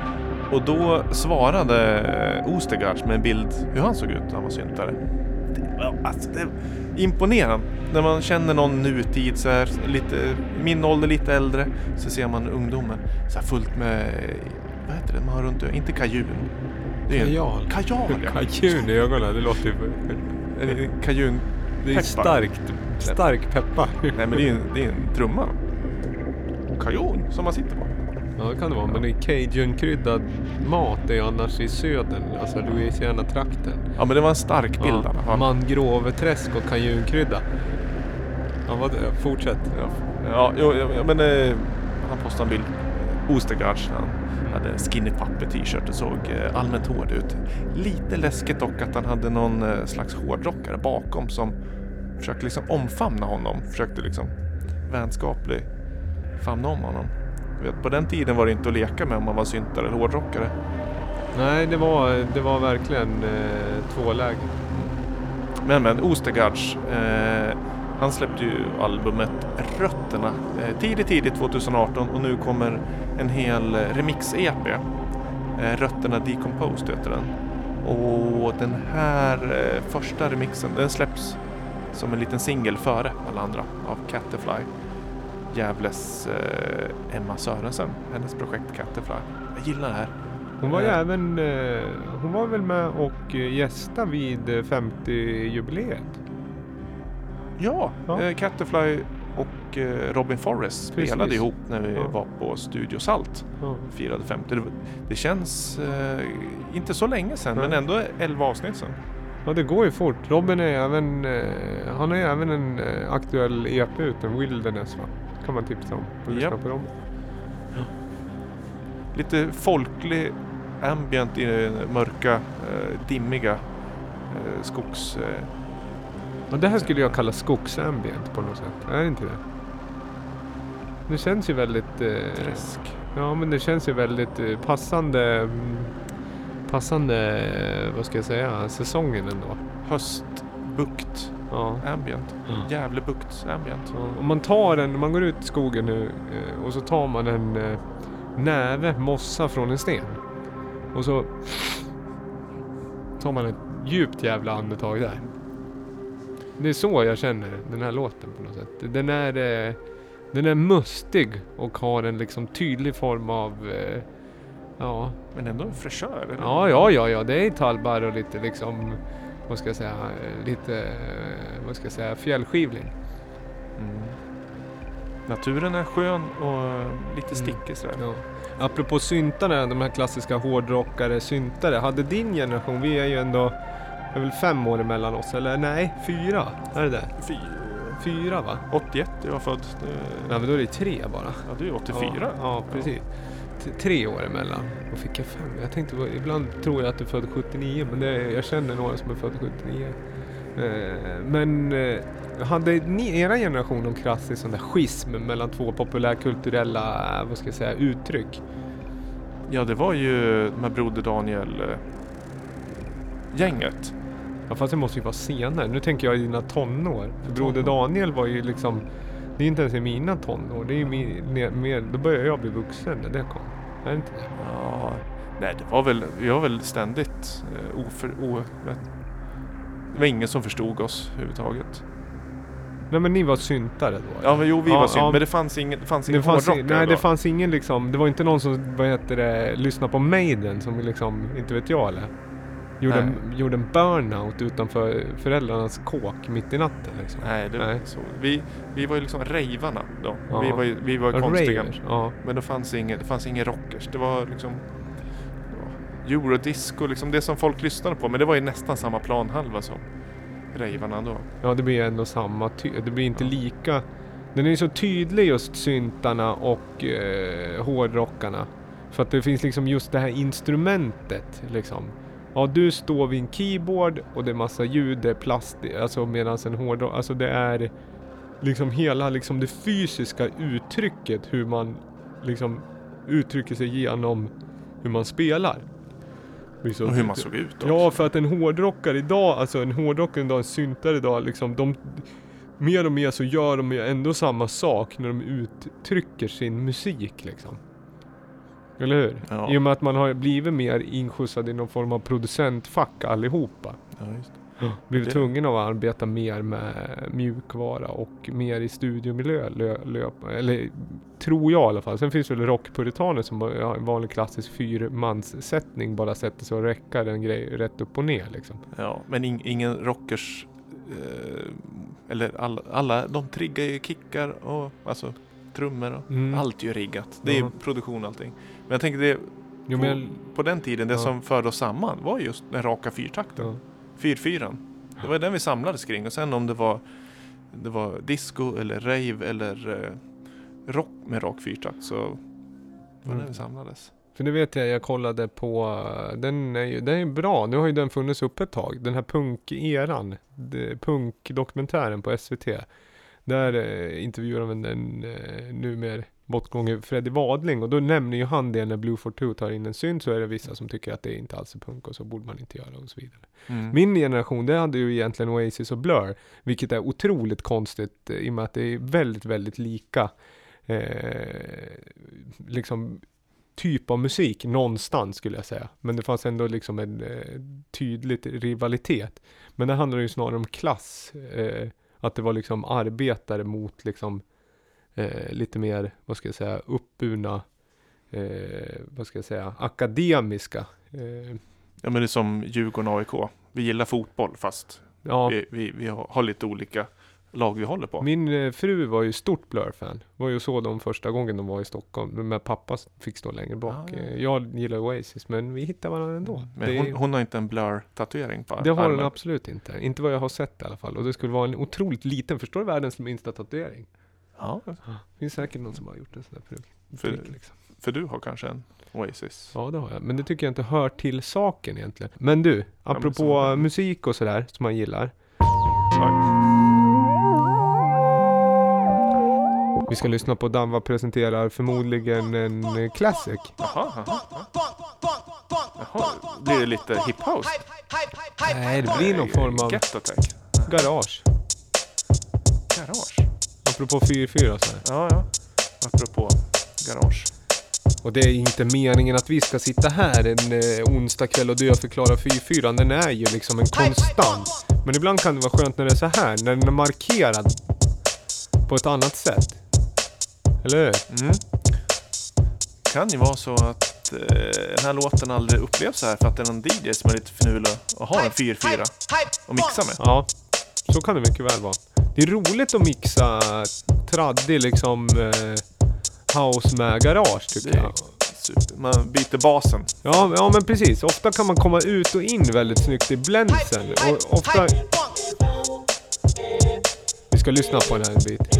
Och då svarade Ostergaard med en bild hur han såg ut när han var syntare. Det är imponerande. När man känner någon nutid så här, lite, min ålder lite äldre, så ser man ungdomen så här fullt med, vad heter det man har runt, inte kajun. Det är Kajal. Kajun i ögonen, det låter ju... Kajun. Det är stark peppar. Nej, men det är en trumma. Kajun som man sitter på. Ja, det kan det vara. Men det är Cajun-kryddad mat. Det är annars i södern. Alltså Louisiana-trakten. Ja, men det var en stark bild i alla fall. Mangroveträsk och Cajun-krydda. Ja, fortsätt. Ja, men han postade en bild. Ostergaard, han hade skinny papper t-shirt och såg allmänt hård ut. Lite läskigt dock att han hade någon slags hårdrockare bakom som försökte liksom omfamna honom. Försökte liksom vänskaplig famna om honom. Vet, på den tiden var det inte att leka med om man var syntare eller hårdrockare. Nej, det var verkligen tvåläge. Men Ostergaards, han släppte ju albumet Rötterna tidigt 2018 och nu kommer en hel remix-EP. Rötterna Decomposed heter den. Och den här första remixen, den släpps som en liten singel före alla andra av Catterfly. Gävles Emma Sörensen, hennes projekt Catterfly. Jag gillar det här. Hon var hon var väl med och gästa vid 50-jubileet. Ja. Catterfly och Robin Forrest spelade ihop när vi var på Studio Salt. Firade 50. Det känns inte så länge sedan, men ändå 11 avsnitt sedan. Ja, det går ju fort. Robin är han har ju även en aktuell EP uten Wilderness, va? Kan man tipsa om och lyssna på dem. Ja. Lite folklig ambient i den mörka, dimmiga skogs... Ja, det här skulle jag kalla skogsambient på något sätt. Är det inte det? Det känns ju väldigt... träsk. Ja, men det känns ju väldigt passande, vad ska jag säga, säsongen ändå. Höstbukt. Ja. Ambient. Gävlebukt ambient. Ja. Om man går ut i skogen nu och så tar man en näve mossa från en sten. Och så tar man ett djupt jävla andetag där. Det är så jag känner den här låten på något sätt. Den är mustig och har en liksom tydlig form av ja. Men ändå en fräschör. Eller? Ja. Det är talbar och lite liksom, vad ska jag säga, fjällskivling. Naturen är skön och lite stickig sådär. Ja. Apropå syntarna, de här klassiska hårdrockare syntare. Hade din generation, vi är ju ändå är väl 5 år emellan oss, eller nej, 4, är det där? 4 va? 81, jag var född. Nej, men då är det 3 bara. Ja, du är 84. Ja, precis. 3 år emellan. Då fick jag 5. Jag tänkte, ibland tror jag att du är född 79, men jag känner några som är född 79. Men hade ni, era generation, någon klassisk sån där schism mellan två populärkulturella, vad ska jag säga, uttryck? Ja, det var ju med Broder Daniel gänget. Ja, fast det måste ju vara senare. Nu tänker jag i dina tonår. För Broder Daniel var ju liksom, det är inte ens i mina tonår. Det är ju mer, då började jag bli vuxen när det kom. Är det inte det? Ja, nej, jag var väl ständigt det var ingen som förstod oss överhuvudtaget. Nej, men ni var syntare då? Ja, men vi var syntare. Men det fanns ingen hårdrockare. Nej, det fanns ingen liksom, det var inte någon som, lyssnade på Maiden som liksom, inte vet jag eller? Gjorde en burnout utanför föräldrarnas kåk mitt i natten liksom. Nej, det var inte så. Vi var ju liksom rejvarna då. Ja. Vi var konstiga. Ravers, ja. Men det fanns ingen rockers. Det var liksom eurodisco, liksom det som folk lyssnade på. Men det var ju nästan samma planhalva som rejvarna då. Ja, det blir ändå samma. Det blir inte lika. Den är ju så tydlig just syntarna och hårdrockarna. För att det finns liksom just det här instrumentet liksom. Ja, du står vid en keyboard och det är massa ljud, det är plast, alltså medan en hårdrock, alltså det är liksom hela liksom det fysiska uttrycket, hur man liksom uttrycker sig genom hur man spelar. Och hur man såg ut också. Ja, för att en hårdrockare idag, en syntare idag, liksom mer och mer så gör de ju ändå samma sak när de uttrycker sin musik liksom. Eller hur? Ja. I och med att man har blivit mer inskjutsad i någon form av producentfack allihopa. Ja, just. Blivit Det- tvungen att arbeta mer med mjukvara och mer i studiomiljö. Eller tror jag i alla fall. Sen finns väl rockpuritaner som har en vanlig klassisk 4-manssättning. Bara sätter sig och räcker en grej rätt upp och ner liksom. Ja, men ingen rockers... eller alla, de triggar ju kickar och alltså trummor och allt är ju riggat. Det är ju produktion och allting. Men jag tänker det... På den tiden, det som förde oss samman var just den raka fyrtakten. Ja. 4-4. Det var den vi samlades kring. Och sen om det var disco eller rave eller rock med rak fyrtakt så var den vi samlades. För det vet jag kollade på, den är bra. Nu har ju den funnits upp ett tag. Den här punk-eran, punk-dokumentären på SVT. Där intervjuar de den numera bortgången Freddy Wadling. Och då nämner ju han det när Blue 42 tar in en synt, så är det vissa som tycker att det inte alls är punk och så borde man inte göra och så vidare. Min generation, det hade ju egentligen Oasis och Blur, vilket är otroligt konstigt i och med att det är väldigt, väldigt lika liksom typ av musik någonstans skulle jag säga. Men det fanns ändå liksom en tydlig rivalitet. Men det handlar ju snarare om klass. Att det var liksom arbetare mot liksom lite mer, vad ska jag säga, uppburna, vad ska jag säga, akademiska. Ja, men det är som Djurgården och AIK. Vi gillar fotboll fast vi har lite olika lag vi håller på. Min fru var ju stort Blur-fan. Var ju så de första gången de var i Stockholm. Men pappa fick stå längre bak. Jag gillar Oasis, men vi hittar varandra ändå. Men hon har inte en Blur-tatuering på det har armen. hon absolut inte. Inte vad jag har sett i alla fall. Och det skulle vara en otroligt liten, förstår du, världens minsta tatuering. Ja. Det finns säkert någon som har gjort en sån där prick liksom. För du har kanske en Oasis? Ja, det har jag. Men det tycker jag inte hör till saken egentligen. Men du, apropå musik och sådär som man gillar. Vi ska lyssna på Danva presenterar förmodligen en classic. Jaha. Blir det lite hip-house? Nej, det blir någon form av Get Attack. garage. Apropå 4-4 så här. Ja. Apropå garage. Och det är inte meningen att vi ska sitta här en onsdag kväll och förklara 4-4. Den är ju liksom en konstant. Men ibland kan det vara skönt när det är så här. När den är markerad på ett annat sätt. Eller hur? Kan ju vara så att den här låten aldrig upplevs så här för att det är någon DJ som är lite förnulig och har en 4-4 och mixa med. Ja, så kan det mycket väl vara. Det är roligt att mixa traddig liksom house med garage tycker jag. Super. Man byter basen. Ja, men precis. Ofta kan man komma ut och in väldigt snyggt i blendsen. Och ofta... Vi ska lyssna på den här en bit.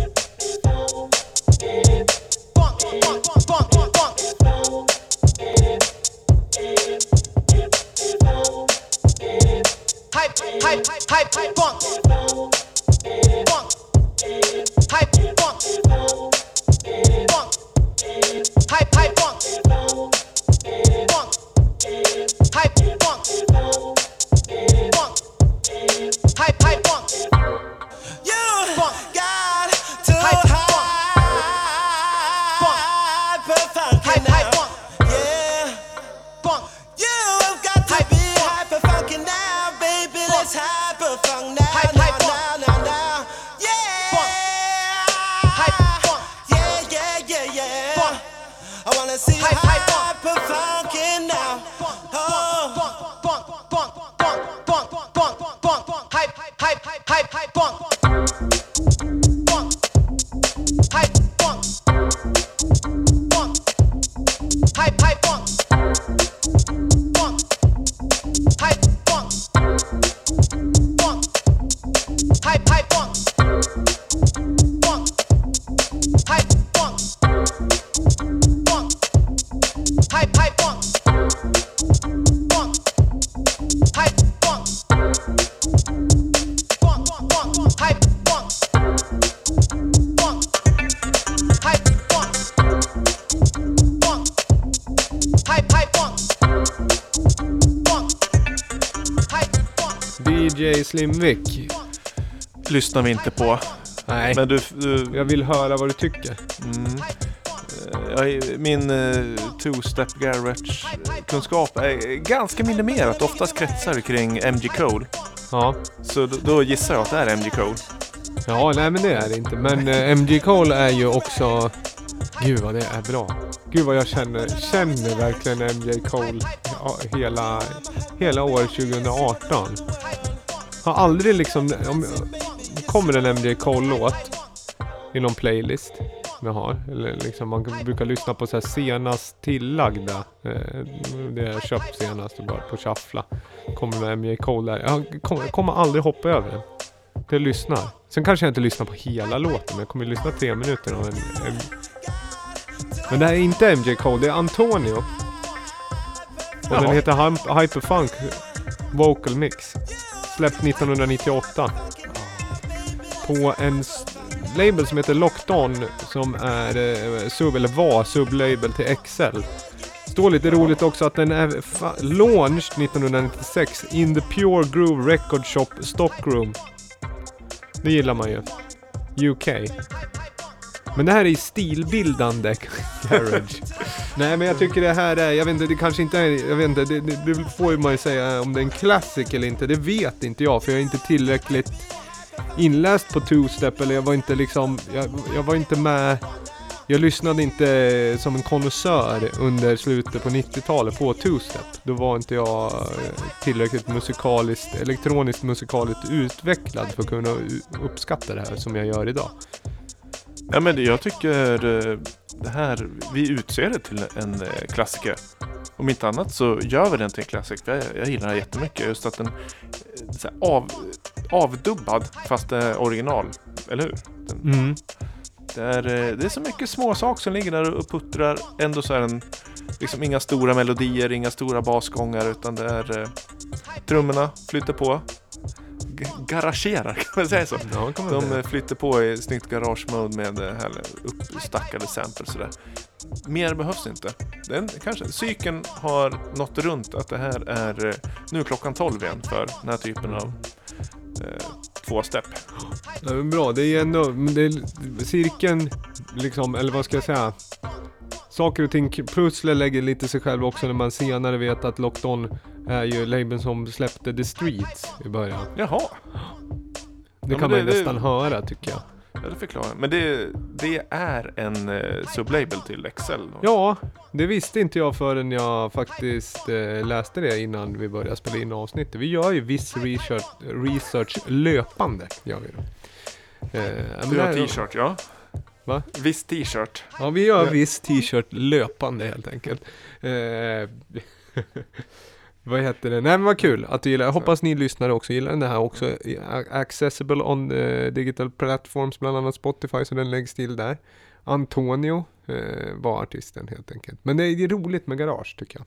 DJ Slimvik Lyssnar vi inte på. Nej, men du... jag vill höra vad du tycker. Min two-step garage-kunskap är ganska minimerat. Oftast kretsar kring MG Cole. Ja. Så då gissar jag att det är MG Cole. Ja, nej men det är det inte. Men MG Cole är ju också... Gud vad det är bra. Gud vad jag känner verkligen MJ Cole hela år 2018. Har aldrig liksom... Kommer en MJ Cole-låt i någon playlist jag har. Eller liksom man brukar lyssna på så här senast tillagda. Det jag köpt senast och bara på shuffla. Kommer med MJ Cole där. Jag kommer aldrig hoppa över den. Jag lyssnar. Sen kanske jag inte lyssnar på hela låten. Men jag kommer lyssna 3 minuter av en... Men det här är inte MJ Cole, det är Antonio. Och Jaha. Den heter Hyperfunk Vocal Mix. Släppt 1998. På en label som heter Locked On. Som är var sublabel till Excel. Står lite roligt också att den är launched 1996 in the Pure Groove Record Shop Stockroom. Det gillar man ju. UK. Men det här är stilbildande garage. Nej, men jag tycker det här är, jag vet inte, det kanske inte är, jag vet inte, det får ju man ju säga om det är en classic eller inte. Det vet inte jag, för jag är inte tillräckligt inläst på two-step, eller jag var inte liksom, jag var inte med, jag lyssnade inte som en konnässör under slutet på 90-talet på two-step. Då var inte jag tillräckligt elektroniskt musikaliskt utvecklad för att kunna uppskatta det här som jag gör idag. Ja, men jag tycker det här, vi utser det till en klassiker. Om inte annat så gör vi den till en klassiker. Jag gillar det jättemycket. Just att den är så här avdubbad fast det är original. Eller hur? Det är så mycket små saker som ligger där och puttrar. Ändå så är den liksom inga stora melodier, inga stora basgångar, utan det är trummorna flyter på. Garagerar, kan man säga så. Ja, de flyttar på i snyggt garage-mode med uppstackade samples sådär. Mer behövs inte. Cykeln har nått runt att det här är nu klockan 12 igen för den här typen av två-step. Det är bra, det är ändå cirkeln liksom, eller vad ska jag säga, saker och ting pusslar lägger lite sig själv också när man senare vet att Locked On är ju labeln som släppte The Streets i början. Jaha. Det kan man nästan höra, tycker jag. Ja, det förklarar. Men det är en sublabel till Excel. Då. Ja, det visste inte jag förrän jag faktiskt läste det innan vi började spela in avsnittet. Vi gör ju viss research löpande, gör vi då. Du har t-shirt, ja. Va? Viss t-shirt. Ja, vi gör viss t-shirt löpande helt enkelt. Vad heter det? Nej, men vad kul att du gillar. Jag hoppas ni lyssnare också gillar den här också. Accessible on digital platforms, bland annat Spotify, så den läggs till där. Antonio var artisten helt enkelt. Men det är roligt med garage, tycker jag.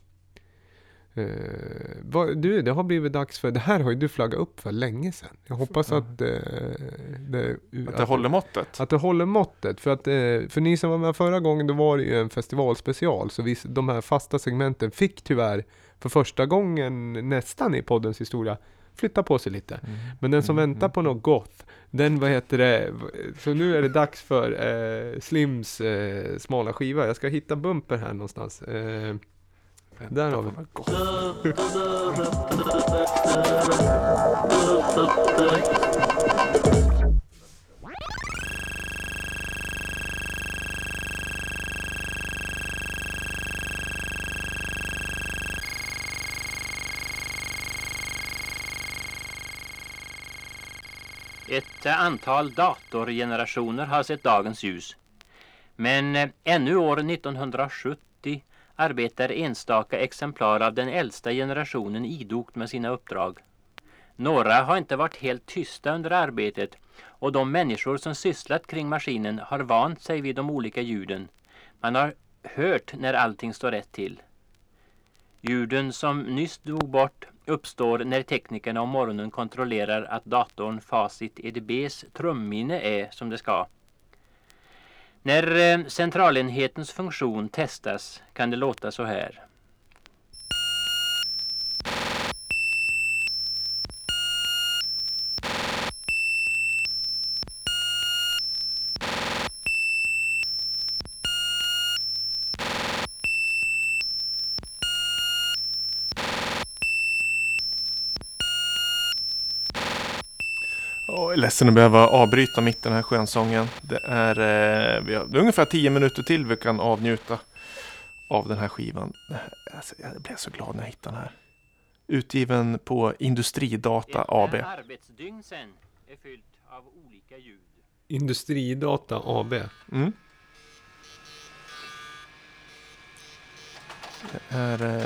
Det har blivit dags för, det här har ju du flaggat upp för länge sedan. Jag hoppas att det håller måttet. Att det håller måttet. För ni som var med förra gången, då var det ju en festivalspecial. Så de här fasta segmenten fick tyvärr för första gången nästan i poddens historia flytta på sig lite. Men den som väntar på något gott, den, så nu är det dags för Slims smala skiva. Jag ska hitta bumper här någonstans. Där har vi något. Ett antal datorgenerationer har sett dagens ljus. Men ännu år 1970 arbetar enstaka exemplar av den äldsta generationen idogt med sina uppdrag. Några har inte varit helt tysta under arbetet, och de människor som sysslat kring maskinen har vant sig vid de olika ljuden. Man har hört när allting står rätt till. Ljuden som nyss dog bort uppstår när teknikerna om morgonen kontrollerar att datorn Facit EDBs trumminne är som det ska. När centralenhetens funktion testas kan det låta så här. Jag är ledsen att behöva avbryta mitt den här skönsången. Det är ungefär 10 minuter till vi kan avnjuta av den här skivan. Alltså, jag blev så glad när jag hittade den här. Utgiven på Industridata AB. Ett arbetsdygn sen är fyllt av olika ljud. Industridata AB. Mm. Det är...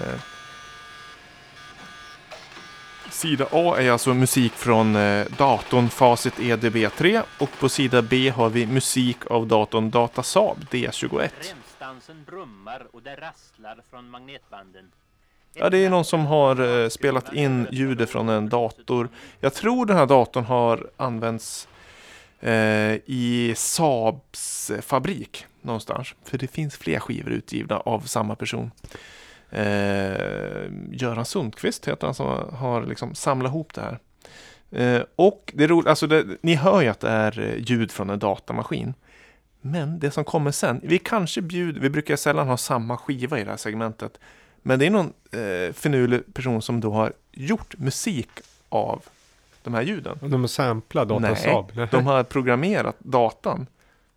Sida A är alltså musik från datorn Facit EDB3 och på sida B har vi musik av datorn Datasab D21. Remstansen brummar och det rasslar från magnetbanden. Ja, det är någon som har spelat in ljudet från en dator. Jag tror den här datorn har använts i Saabs fabrik någonstans. För det finns fler skivor utgivna av samma person. Göran Sundqvist heter han som har liksom samlat ihop det här. Och det är roligt, alltså ni hör ju att det är ljud från en datamaskin. Men det som kommer sen, vi brukar sällan ha samma skiva i det här segmentet. Men det är någon finurlig person som då har gjort musik av de här ljuden. De har samplat Datasab. Nej, de har programmerat datan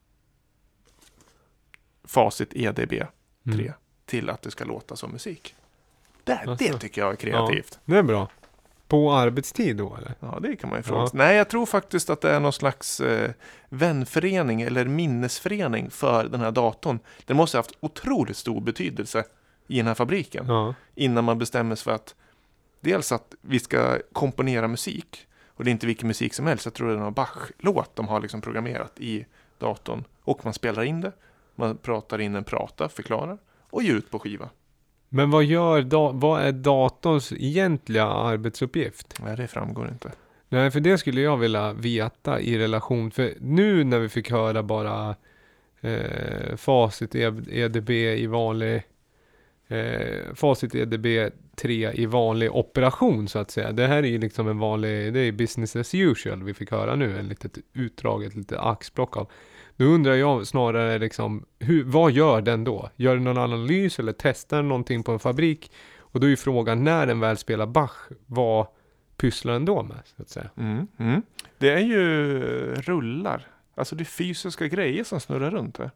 Facit EDB3 till att det ska låta som musik. Det tycker jag är kreativt. Ja, det är bra. På arbetstid då eller? Ja, det kan man ju fråga. Ja. Nej, jag tror faktiskt att det är någon slags vänförening eller minnesförening för den här datorn. Den måste ha haft otroligt stor betydelse i den här fabriken. Ja. Innan man bestämmer sig för att dels att vi ska komponera musik. Och det är inte vilken musik som helst. Jag tror det är någon Bach-låt de har liksom programmerat i datorn. Och man spelar in det. Man pratar in en prata, förklarar. Och ger ut på skiva. Men vad är datorns egentliga arbetsuppgift? Nej, det framgår inte. Nej, för det skulle jag vilja veta i relation. För nu när vi fick höra bara Facit EDB i vanlig Facit EDB 3 i vanlig operation så att säga. Det här är ju liksom en vanlig, det är business as usual vi fick höra nu. En litet utdrag, ett litet axplock av. Nu undrar jag snarare liksom, vad gör den då? Gör den någon analys eller testar den någonting på en fabrik? Och då är ju frågan, när den väl spelar Bach, vad pysslar den då med så att säga? Det är ju rullar. Alltså det är fysiska grejer som snurrar runt här.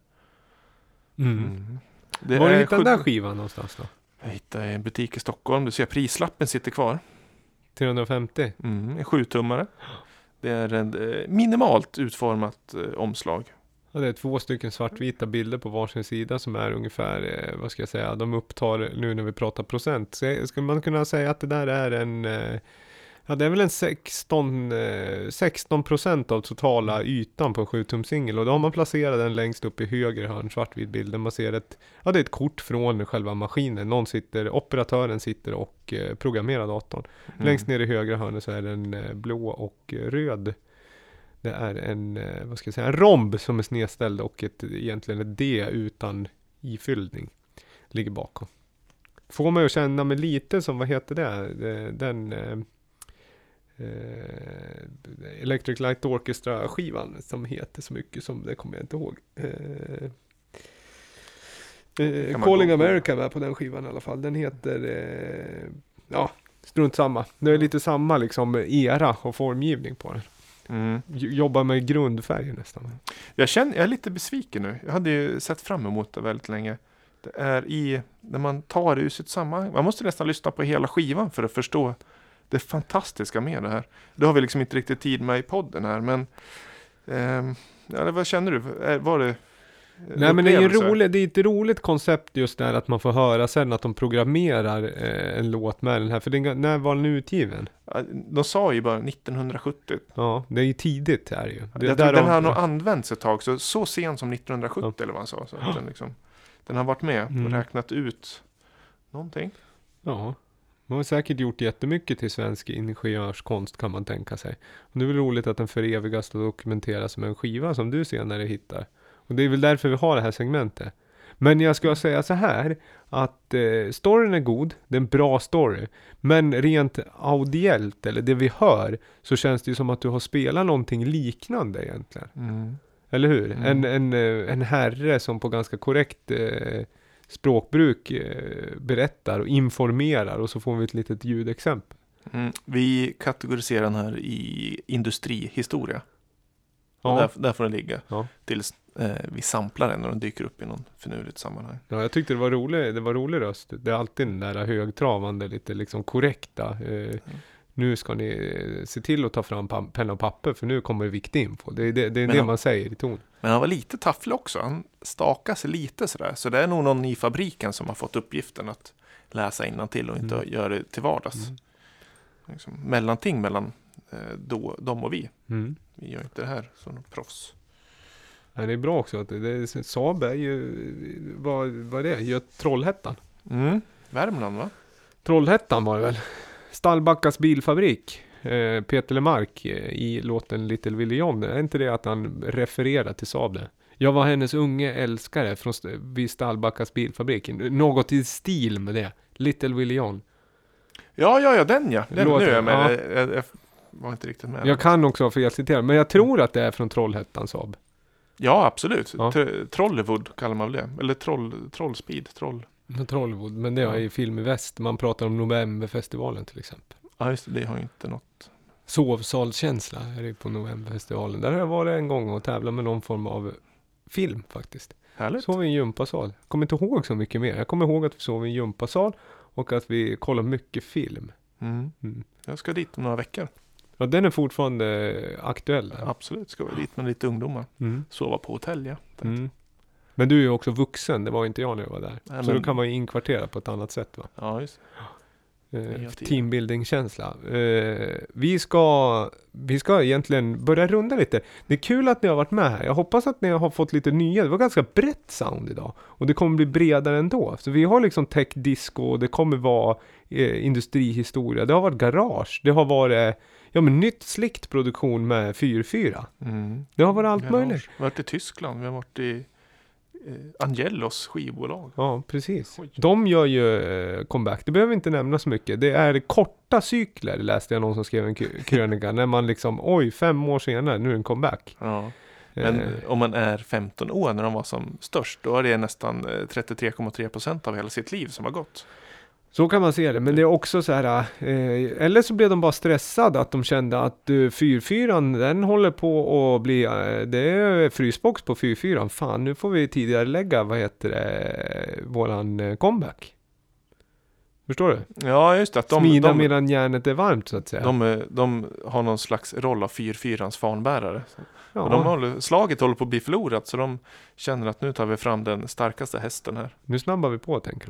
Var du hittade den där skivan någonstans då? Jag hittade en butik i Stockholm. Du ser prislappen sitter kvar. 350? En 7-tummare. Det är en minimalt utformat omslag. Ja, det är 2 stycken svartvita bilder på varsin sida som är ungefär, vad ska jag säga, de upptar nu när vi pratar procent. Så skulle man kunna säga att det där är en, ja det är väl en 16% av totala ytan på en 7-tum-singel. Och då har man placerat den längst upp i höger hörn, svartvit bild. Där man ser det är ett kort från själva maskinen. Operatören sitter och programmerar datorn. Längst ner i högra hörnet så är det en blå och röd. Det är en, vad ska jag säga, en romb som är snedställd och egentligen ett D utan ifyllning ligger bakom. Får man ju känna mig lite som, vad heter det? Den Electric Light Orchestra-skivan som heter så mycket som, det kommer jag inte ihåg. Calling America var på den skivan i alla fall. Den heter, strunt samma. Det är lite samma liksom era och formgivning på den. Jobbar med grundfärger nästan. Jag är lite besviken nu. Jag hade ju sett fram emot det väldigt länge. Det är när man tar det ur sitt sammanhang. Man måste nästan lyssna på hela skivan för att förstå det fantastiska med det här. Det har vi liksom inte riktigt tid med i podden här. Men vad känner du? Var det Nej, men det är ett roligt koncept just där att man får höra sen att de programmerar en låt med den här. För när var den utgiven? De sa ju bara 1970. Ja, det är ju tidigt här ju. Den har nog använts ett tag, så sent som 1970 eller vad han sa. Så att den har varit med och räknat ut någonting. Ja, man har säkert gjort jättemycket till svensk ingenjörskonst kan man tänka sig. Och det är väl roligt att den förevigas och dokumenteras med en skiva som du senare hittar. Och det är väl därför vi har det här segmentet. Men jag ska säga så här, att storyn är god, det är en bra story. Men rent audiellt, eller det vi hör, så känns det ju som att du har spelat någonting liknande egentligen. Eller hur? En herre som på ganska korrekt språkbruk berättar och informerar, och så får vi ett litet ljudexempel. Vi kategoriserar den här i industrihistoria. Ja. Där får den ligga. Ja. Tills vi samplar den och den dyker upp i någon finurligt sammanhang. Ja, jag tyckte det var rolig röst. Det är alltid den där högtravande, lite liksom korrekta. Nu ska ni se till att ta fram penna och papper, för nu kommer det viktig info. Det är det man säger i ton. Men han var lite tafflig också. Han stakade sig lite sådär. Så det är nog någon i fabriken som har fått uppgiften att läsa innantill och inte göra det till vardags. Liksom, mellanting mellan dem och vi. Vi gör inte det här som proffs. Ja, det är bra också att Saab är ju, vad är det? Gör Trollhättan. Värmland, va? Trollhättan var det väl. Stallbackas bilfabrik. Peter Lemark i låten Little Willie John. Är inte det att han refererar till Saab där? Jag var hennes unge älskare vid Stallbackas bilfabrik. Något i stil med det. Little Willie John. Ja, den ja. Den Låten, nu är jag med. ja. Jag var inte riktigt med. Jag kan också felcitera, men jag tror att det är från Trollhättan Saab. Ja, absolut. Ja. Trollywood kallar man väl det. Eller Trollspeed. Trollwood, men det är i Film i Väst. Man pratar om Novemberfestivalen till exempel. Ja, just det har ju inte något. Sovsalskänsla är det på Novemberfestivalen. Där har jag varit en gång och tävlat med någon form av film faktiskt. Härligt. Sov i en gympasal. Jag kommer inte ihåg så mycket mer. Jag kommer ihåg att vi sov i en gympasal och att vi kollade mycket film. Jag ska dit om några veckor. Ja, den är fortfarande aktuell. Där. Absolut, ska vi dit med lite ungdomar. Sova på hotell, ja. Men du är ju också vuxen, det var inte jag när jag var där. Nej, så då kan man ju inkvartera på ett annat sätt, va? Ja, just teambuilding-känsla. Vi ska egentligen börja runda lite. Det är kul att ni har varit med här. Jag hoppas att ni har fått lite nya. Det var ganska brett sound idag. Och det kommer bli bredare ändå. Så vi har liksom tech disco. Det kommer vara industrihistoria. Det har varit garage. Det har varit nytt slikt produktion med 4-4. Det har varit allt möjligt. Vi har varit i Tyskland. Vi har varit i Angelos skivbolag. Ja, precis. Oj. De gör ju comeback. Det behöver inte nämna så mycket. Det är korta cykler, läste jag någon som skrev en krönika. När man liksom, 5 år senare, nu är det en comeback. Ja. Men om man är 15 år när de var som störst, då är det nästan 33,3% av hela sitt liv som har gått. Så kan man se det, men det är också så här, eller så blev de bara stressade att de kände att 4-4 den håller på att bli, det är frysbox på 4-4, fan nu får vi tidigare lägga, våran comeback. Förstår du? Ja, just det. Att smida medan järnet är varmt så att säga. De har någon slags roll av 4-4ans fanbärare. Ja. Och slaget håller på att bli förlorat, så de känner att nu tar vi fram den starkaste hästen här. Nu snabbar vi på, tänker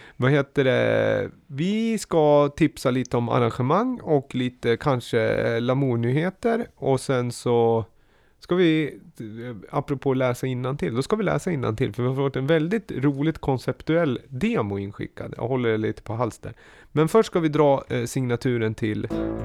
de. Vi ska tipsa lite om arrangemang och lite kanske Lamour-nyheter. Och sen så ska vi, apropå läsa innantill, då ska vi läsa innantill. För vi har fått en väldigt roligt konceptuell demo inskickad. Jag håller det lite på halster. Men först ska vi dra signaturen till...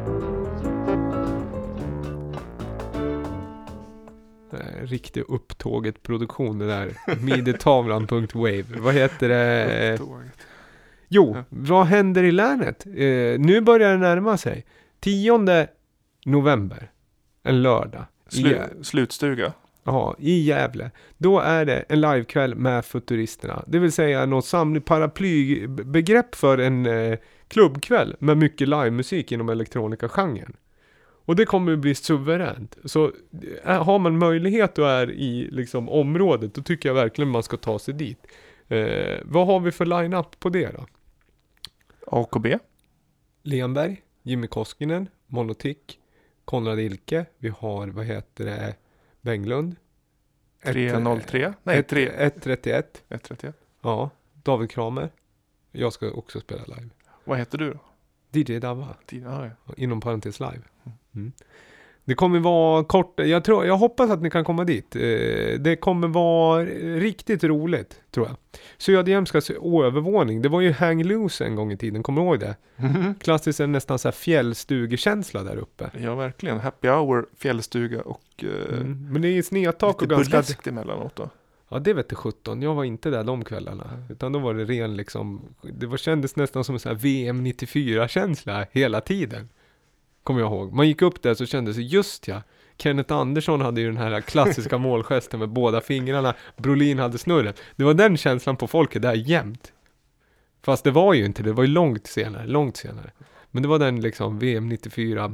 Riktigt upptåget produktion, det där midetavlan.wave. Vad heter det? Vad händer i länet? Nu börjar det närma sig. 10 november, en lördag. Slutstuga. Ja, i Gävle. Då är det en livekväll med Futuristerna. Det vill säga något paraplybegrepp för en klubbkväll med mycket livemusik inom elektronika-genren. Och det kommer att bli suveränt. Så har man möjlighet och är i liksom området, då tycker jag verkligen man ska ta sig dit. Vad har vi för line-up på det då? AKB. Lenberg, Jimmy Koskinen, Monotic, Konrad Ilke. Vi har, Benglund. 303? Nej, 131. 131. Ja, David Kramer. Jag ska också spela live. Vad heter du då? DJ Dava. Ja. Inom parentes live. Det kommer vara kort. Jag hoppas att ni kan komma dit. Det kommer vara riktigt roligt, tror jag. Söderhjälmskas övervåning. Det var ju Hang Loose en gång i tiden. Kommer du ihåg det? Klassiskt en nästan så här fjällstugekänsla där uppe. Ja, verkligen. Happy hour, fjällstuga och... Men det är snedtak och ganska... burleskt emellanåt då. Ja, det vet du 17. Jag var inte där de kvällarna. Utan då var det ren liksom... Det kändes nästan som en sån här VM 94-känsla hela tiden. Kommer jag ihåg. Man gick upp där så kändes det just Kenneth Andersson hade ju den här klassiska målgesten med båda fingrarna. Brolin hade snurren. Det var den känslan på folket där jämt. Fast det var ju inte. Det var ju långt senare. Men det var den liksom VM 94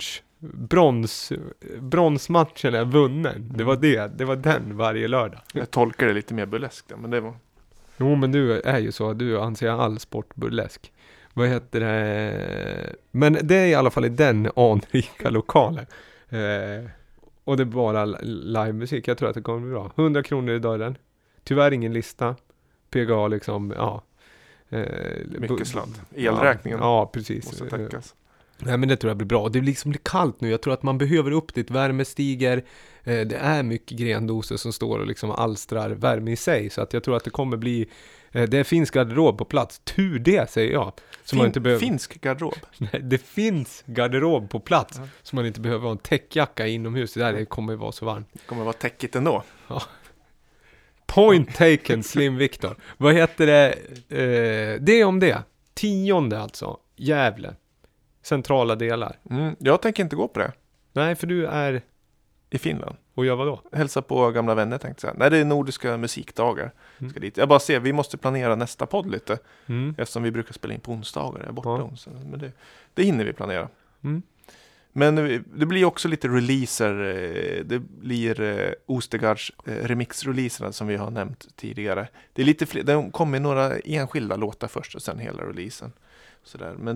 bronsmatchen är vunnen. Det var den varje lördag. Jag tolkar det lite mer burleskt, men det var... Jo, men du är ju så. Du anser all sport burlesk. Vad heter det? Men det är i alla fall i den anrika lokalen. Och det är bara livemusik. Jag tror att det kommer bli bra. 100 kronor i dörren. Tyvärr ingen lista. PGA liksom, ja. Mycket slant. Elräkningen ja, precis. måste täckas. Nej, men det tror jag blir bra. Det liksom blir kallt nu. Jag tror att man behöver upp dit. Värme stiger. Det är mycket grendoser som står och liksom alstrar värme i sig. Så att jag tror att det kommer bli... det finns garderob på plats. Tur det, säger jag. Så man inte behöver... Finsk garderob? Nej, det finns garderob på plats. Så man inte behöver ha en täckjacka inomhus. Det kommer ju vara så varmt. Det kommer vara täckigt ändå. Ja. Point taken, Slim Victor. Vad heter det? Det om det. 10:e alltså. Gävle. Centrala delar. Jag tänker inte gå på det. Nej, för du är... I Finland. Och jag var då? Hälsa på gamla vänner, tänkte jag. Nej, det är nordiska musikdagar. Ska dit. Jag bara ser, vi måste planera nästa podd lite. Eftersom vi brukar spela in på onsdagar. Jag är borta onsdag. Men det hinner vi planera. Men det blir också lite releaser. Det blir Ostergards remix-releaserna som vi har nämnt tidigare. Det är lite fler, det kommer några enskilda låtar först och sen hela releasen. Sådär. Men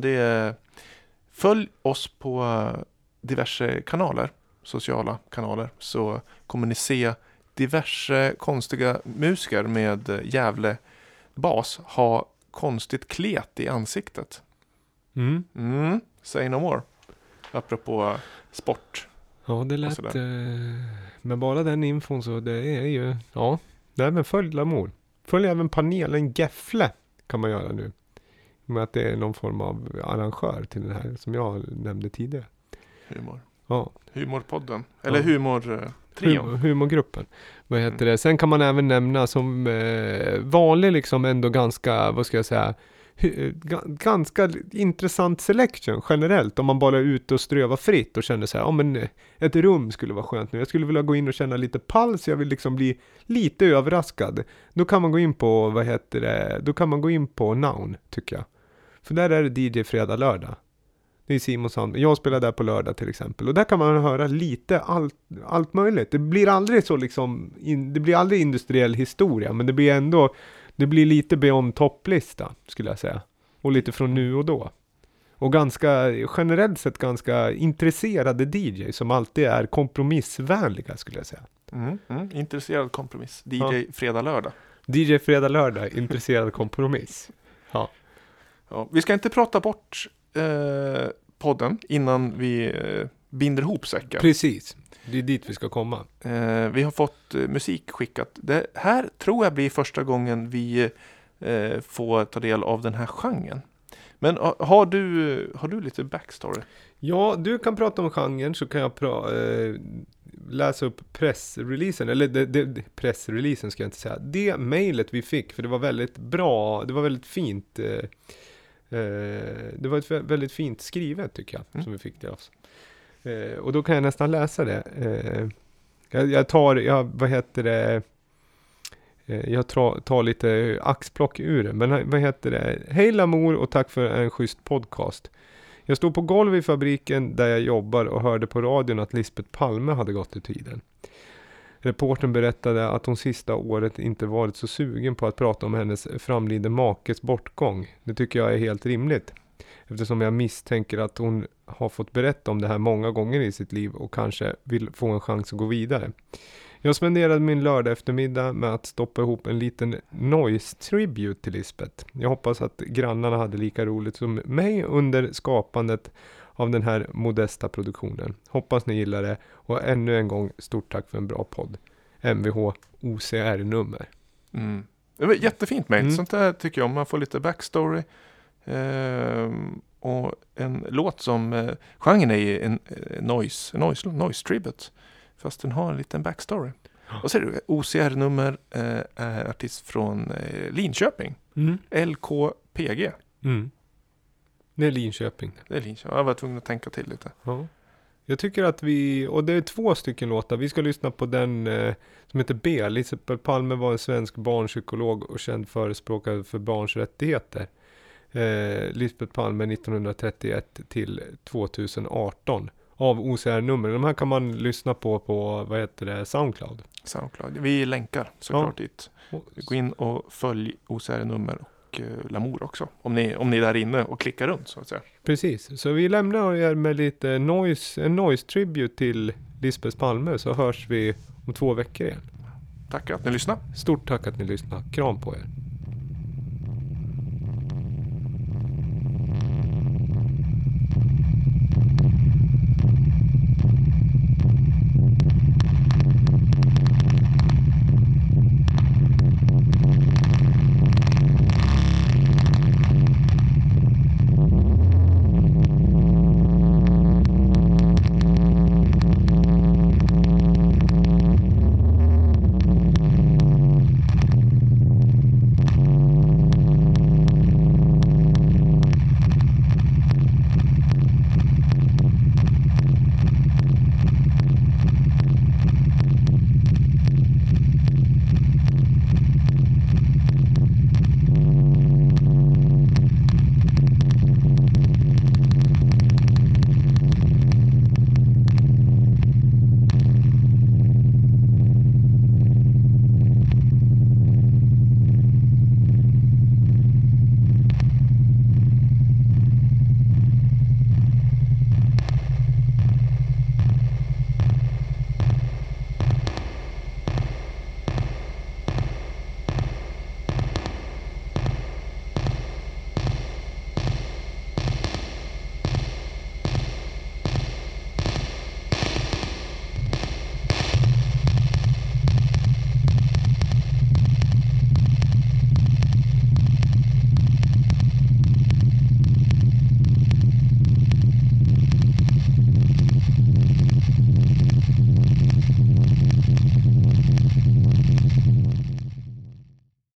följ oss på diverse kanaler, sociala kanaler, så kommer ni se diverse konstiga musiker med Gävle bas ha konstigt klet i ansiktet. Say no more. Apropå sport. Ja, det lät... men bara den infon så det är ju... Ja, nej men följ Lamour. Följ även panelen Gefle kan man göra nu. Med att det är någon form av arrangör till den här som jag nämnde tidigare. Humor. Ja. Humorpodden. Eller humortrion. Humorgruppen. Vad heter det? Sen kan man även nämna som vanlig liksom ändå ganska, vad ska jag säga... ganska intressant selection generellt om man bara är ute och strövar fritt och känner så här, men ett rum skulle vara skönt nu. Jag skulle vilja gå in och känna lite puls, jag vill liksom bli lite överraskad. Då kan man gå in på, då kan man gå in på Noun, tycker jag. För där är det DJ fredag lördag. Det är Simon Sand. Jag spelar där på lördag till exempel. Och där kan man höra lite allt möjligt. Det blir aldrig så liksom, det blir aldrig industriell historia, men det blir ändå det blir lite beyond topplista skulle jag säga. Och lite från nu och då. Och ganska, generellt sett ganska intresserade DJ som alltid är kompromissvänliga skulle jag säga. Intresserad kompromiss. DJ fredag lördag. DJ fredag lördag, intresserad kompromiss. Ja. Vi ska inte prata bort podden innan vi binder ihop säcken. Precis. Det är dit vi ska komma. Vi har fått musik skickat. Det här tror jag blir första gången vi får ta del av den här genren. Men har du lite backstory? Ja, du kan prata om genren så kan jag läsa upp pressreleasen. Eller pressreleasen ska jag inte säga. Det mejlet vi fick, för det var väldigt bra. Det var väldigt fint. Det var ett väldigt fint skrivet tycker jag som vi fick till oss. Och då kan jag nästan läsa det. Jag tar lite axplock ur det. Men vad heter det? Hej Lamour och tack för en schysst podcast. Jag stod på golv i fabriken där jag jobbar och hörde på radion att Lisbeth Palme hade gått i tiden. Reportern berättade att hon sista året inte varit så sugen på att prata om hennes framlidne makes bortgång. Det tycker jag är helt rimligt. Eftersom jag misstänker att hon har fått berätta om det här många gånger i sitt liv och kanske vill få en chans att gå vidare. Jag spenderade min lördag eftermiddag med att stoppa ihop en liten noise tribute till Lisbeth. Jag hoppas att grannarna hade lika roligt som mig under skapandet av den här modesta produktionen. Hoppas ni gillar det och ännu en gång stort tack för en bra podd. MVH OCR-nummer. Det var jättefint mejl. Sånt där tycker jag om. Man får lite backstory. Och en låt som genren är en noise tribute. Fast den har en liten backstory. Och så är det OCR-nummer är artist från Linköping. LKPG. Det är Linköping. Jag var tvungen att tänka till lite. Ja. Jag tycker att och det är 2 stycken låtar. Vi ska lyssna på den som heter B. Lisbeth Palme var en svensk barnpsykolog och känd förespråkare för barns rättigheter. Lisbeth Palme 1931 till 2018 av OCR-nummer. De här kan man lyssna på Soundcloud. Soundcloud. Vi länkar såklart dit. Gå in och följ OCR-nummer och Lamour också. Om ni är där inne och klickar runt så att säga. Precis, så vi lämnar er med lite en noise tribute till Lisbeth Palme, så hörs vi om 2 veckor igen. Tack att ni lyssnade. Stort tack att ni lyssnade. Kram på er.